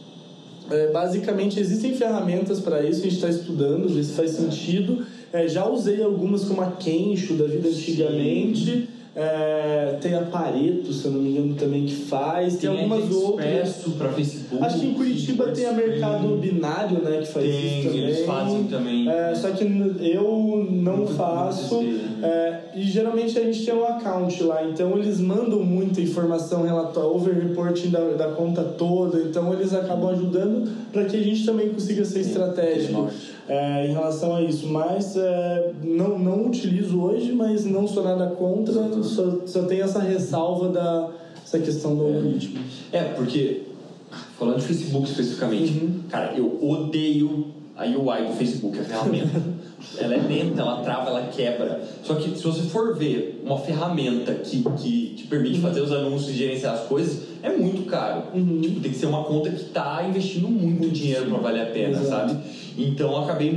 É, basicamente existem ferramentas para isso, a gente está estudando, ver se faz sentido. É, já usei algumas como a Kensho da vida antigamente. É, tem a Pareto, se eu não me engano, também que faz. Tem, tem algumas outras. Para Facebook. Acho que em Curitiba tem a Mercado Binário, né, que faz tem, isso também. Eles fazem também. É, só que eu não, não faço. É, e geralmente a gente tem um account lá, então eles mandam muita informação, relatório, over-reporting da, da conta toda, então eles acabam ajudando para que a gente também consiga ser Sim, estratégico é, em relação a isso. Mas é, não, não utilizo hoje, mas não sou nada contra, só, só tem essa ressalva da essa questão do algoritmo. É, porque, falando de Facebook especificamente, uhum. cara, eu odeio a U I do Facebook, a ferramenta. Ela é lenta, ela trava, ela quebra. Só que se você for ver uma ferramenta que, que te permite fazer os anúncios e gerenciar as coisas, é muito caro. Uhum. Tipo, tem que ser uma conta que está investindo muito dinheiro para valer a pena, Exato. sabe? Então eu acabei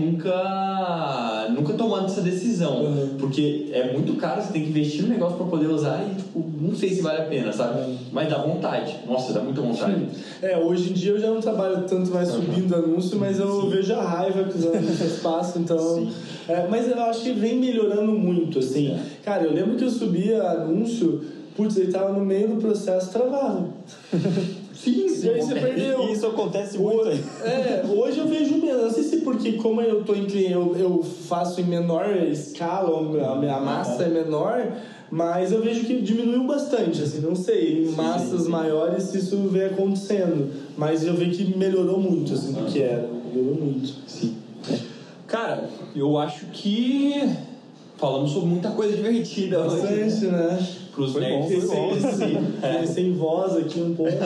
nunca, nunca tomando essa decisão. Uhum. Porque é muito caro, você tem que investir no negócio para poder usar e tipo, não sei se vale a pena, sabe? Uhum. Mas dá vontade. Nossa, dá muita vontade. É, hoje em dia eu já não trabalho tanto mais subindo uhum. anúncio, mas eu Sim. vejo a raiva que os anúncios passam, então... É, mas eu acho que vem melhorando muito, assim. É. Cara, eu lembro que eu subia anúncio, putz, ele tava no meio do processo, travava. Sim, sim. E aí você perdeu. E isso acontece muito aí. É, hoje eu vejo menos. Não sei se porque como eu tô em cliente, eu, eu faço em menor escala, a minha massa é menor, mas eu vejo que diminuiu bastante, assim, não sei, em massas sim. maiores se isso vem acontecendo. Mas eu vejo que melhorou muito, assim, do que era. Melhorou muito. Sim. Cara, eu acho que falamos sobre muita coisa divertida hoje. Bastante, né? Pros nerds. É. Sem voz aqui um pouco.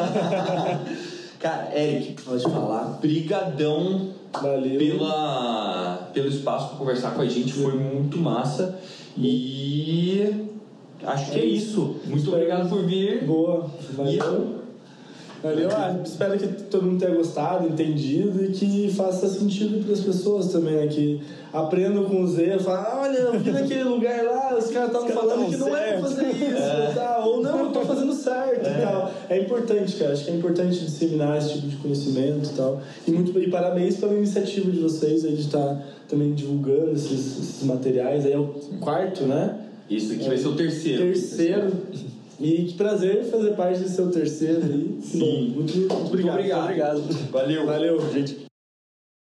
Cara, Eric, pode falar. Brigadão Valeu. Pela, pelo espaço para conversar com a gente. Foi muito massa. E acho que é isso. Muito obrigado por vir. Boa. Valeu. Eu ah, espero que todo mundo tenha gostado, entendido e que faça sentido para as pessoas também, né? Que aprendam com os erros, falam, olha, eu vi naquele lugar lá, os caras estavam falando que não é pra fazer isso, é. Tá? Ou não, eu tô fazendo certo é. e tal. É importante, cara, acho que é importante disseminar esse tipo de conhecimento e tal. E, muito, e parabéns pela iniciativa de vocês aí de estar também divulgando esses, esses materiais. Aí é o quarto, né? Isso aqui é. vai ser o terceiro. Terceiro. E que prazer fazer parte desse seu terceiro aí. Sim. Bom, muito, muito obrigado. Muito obrigado. obrigado. Valeu. Valeu, gente.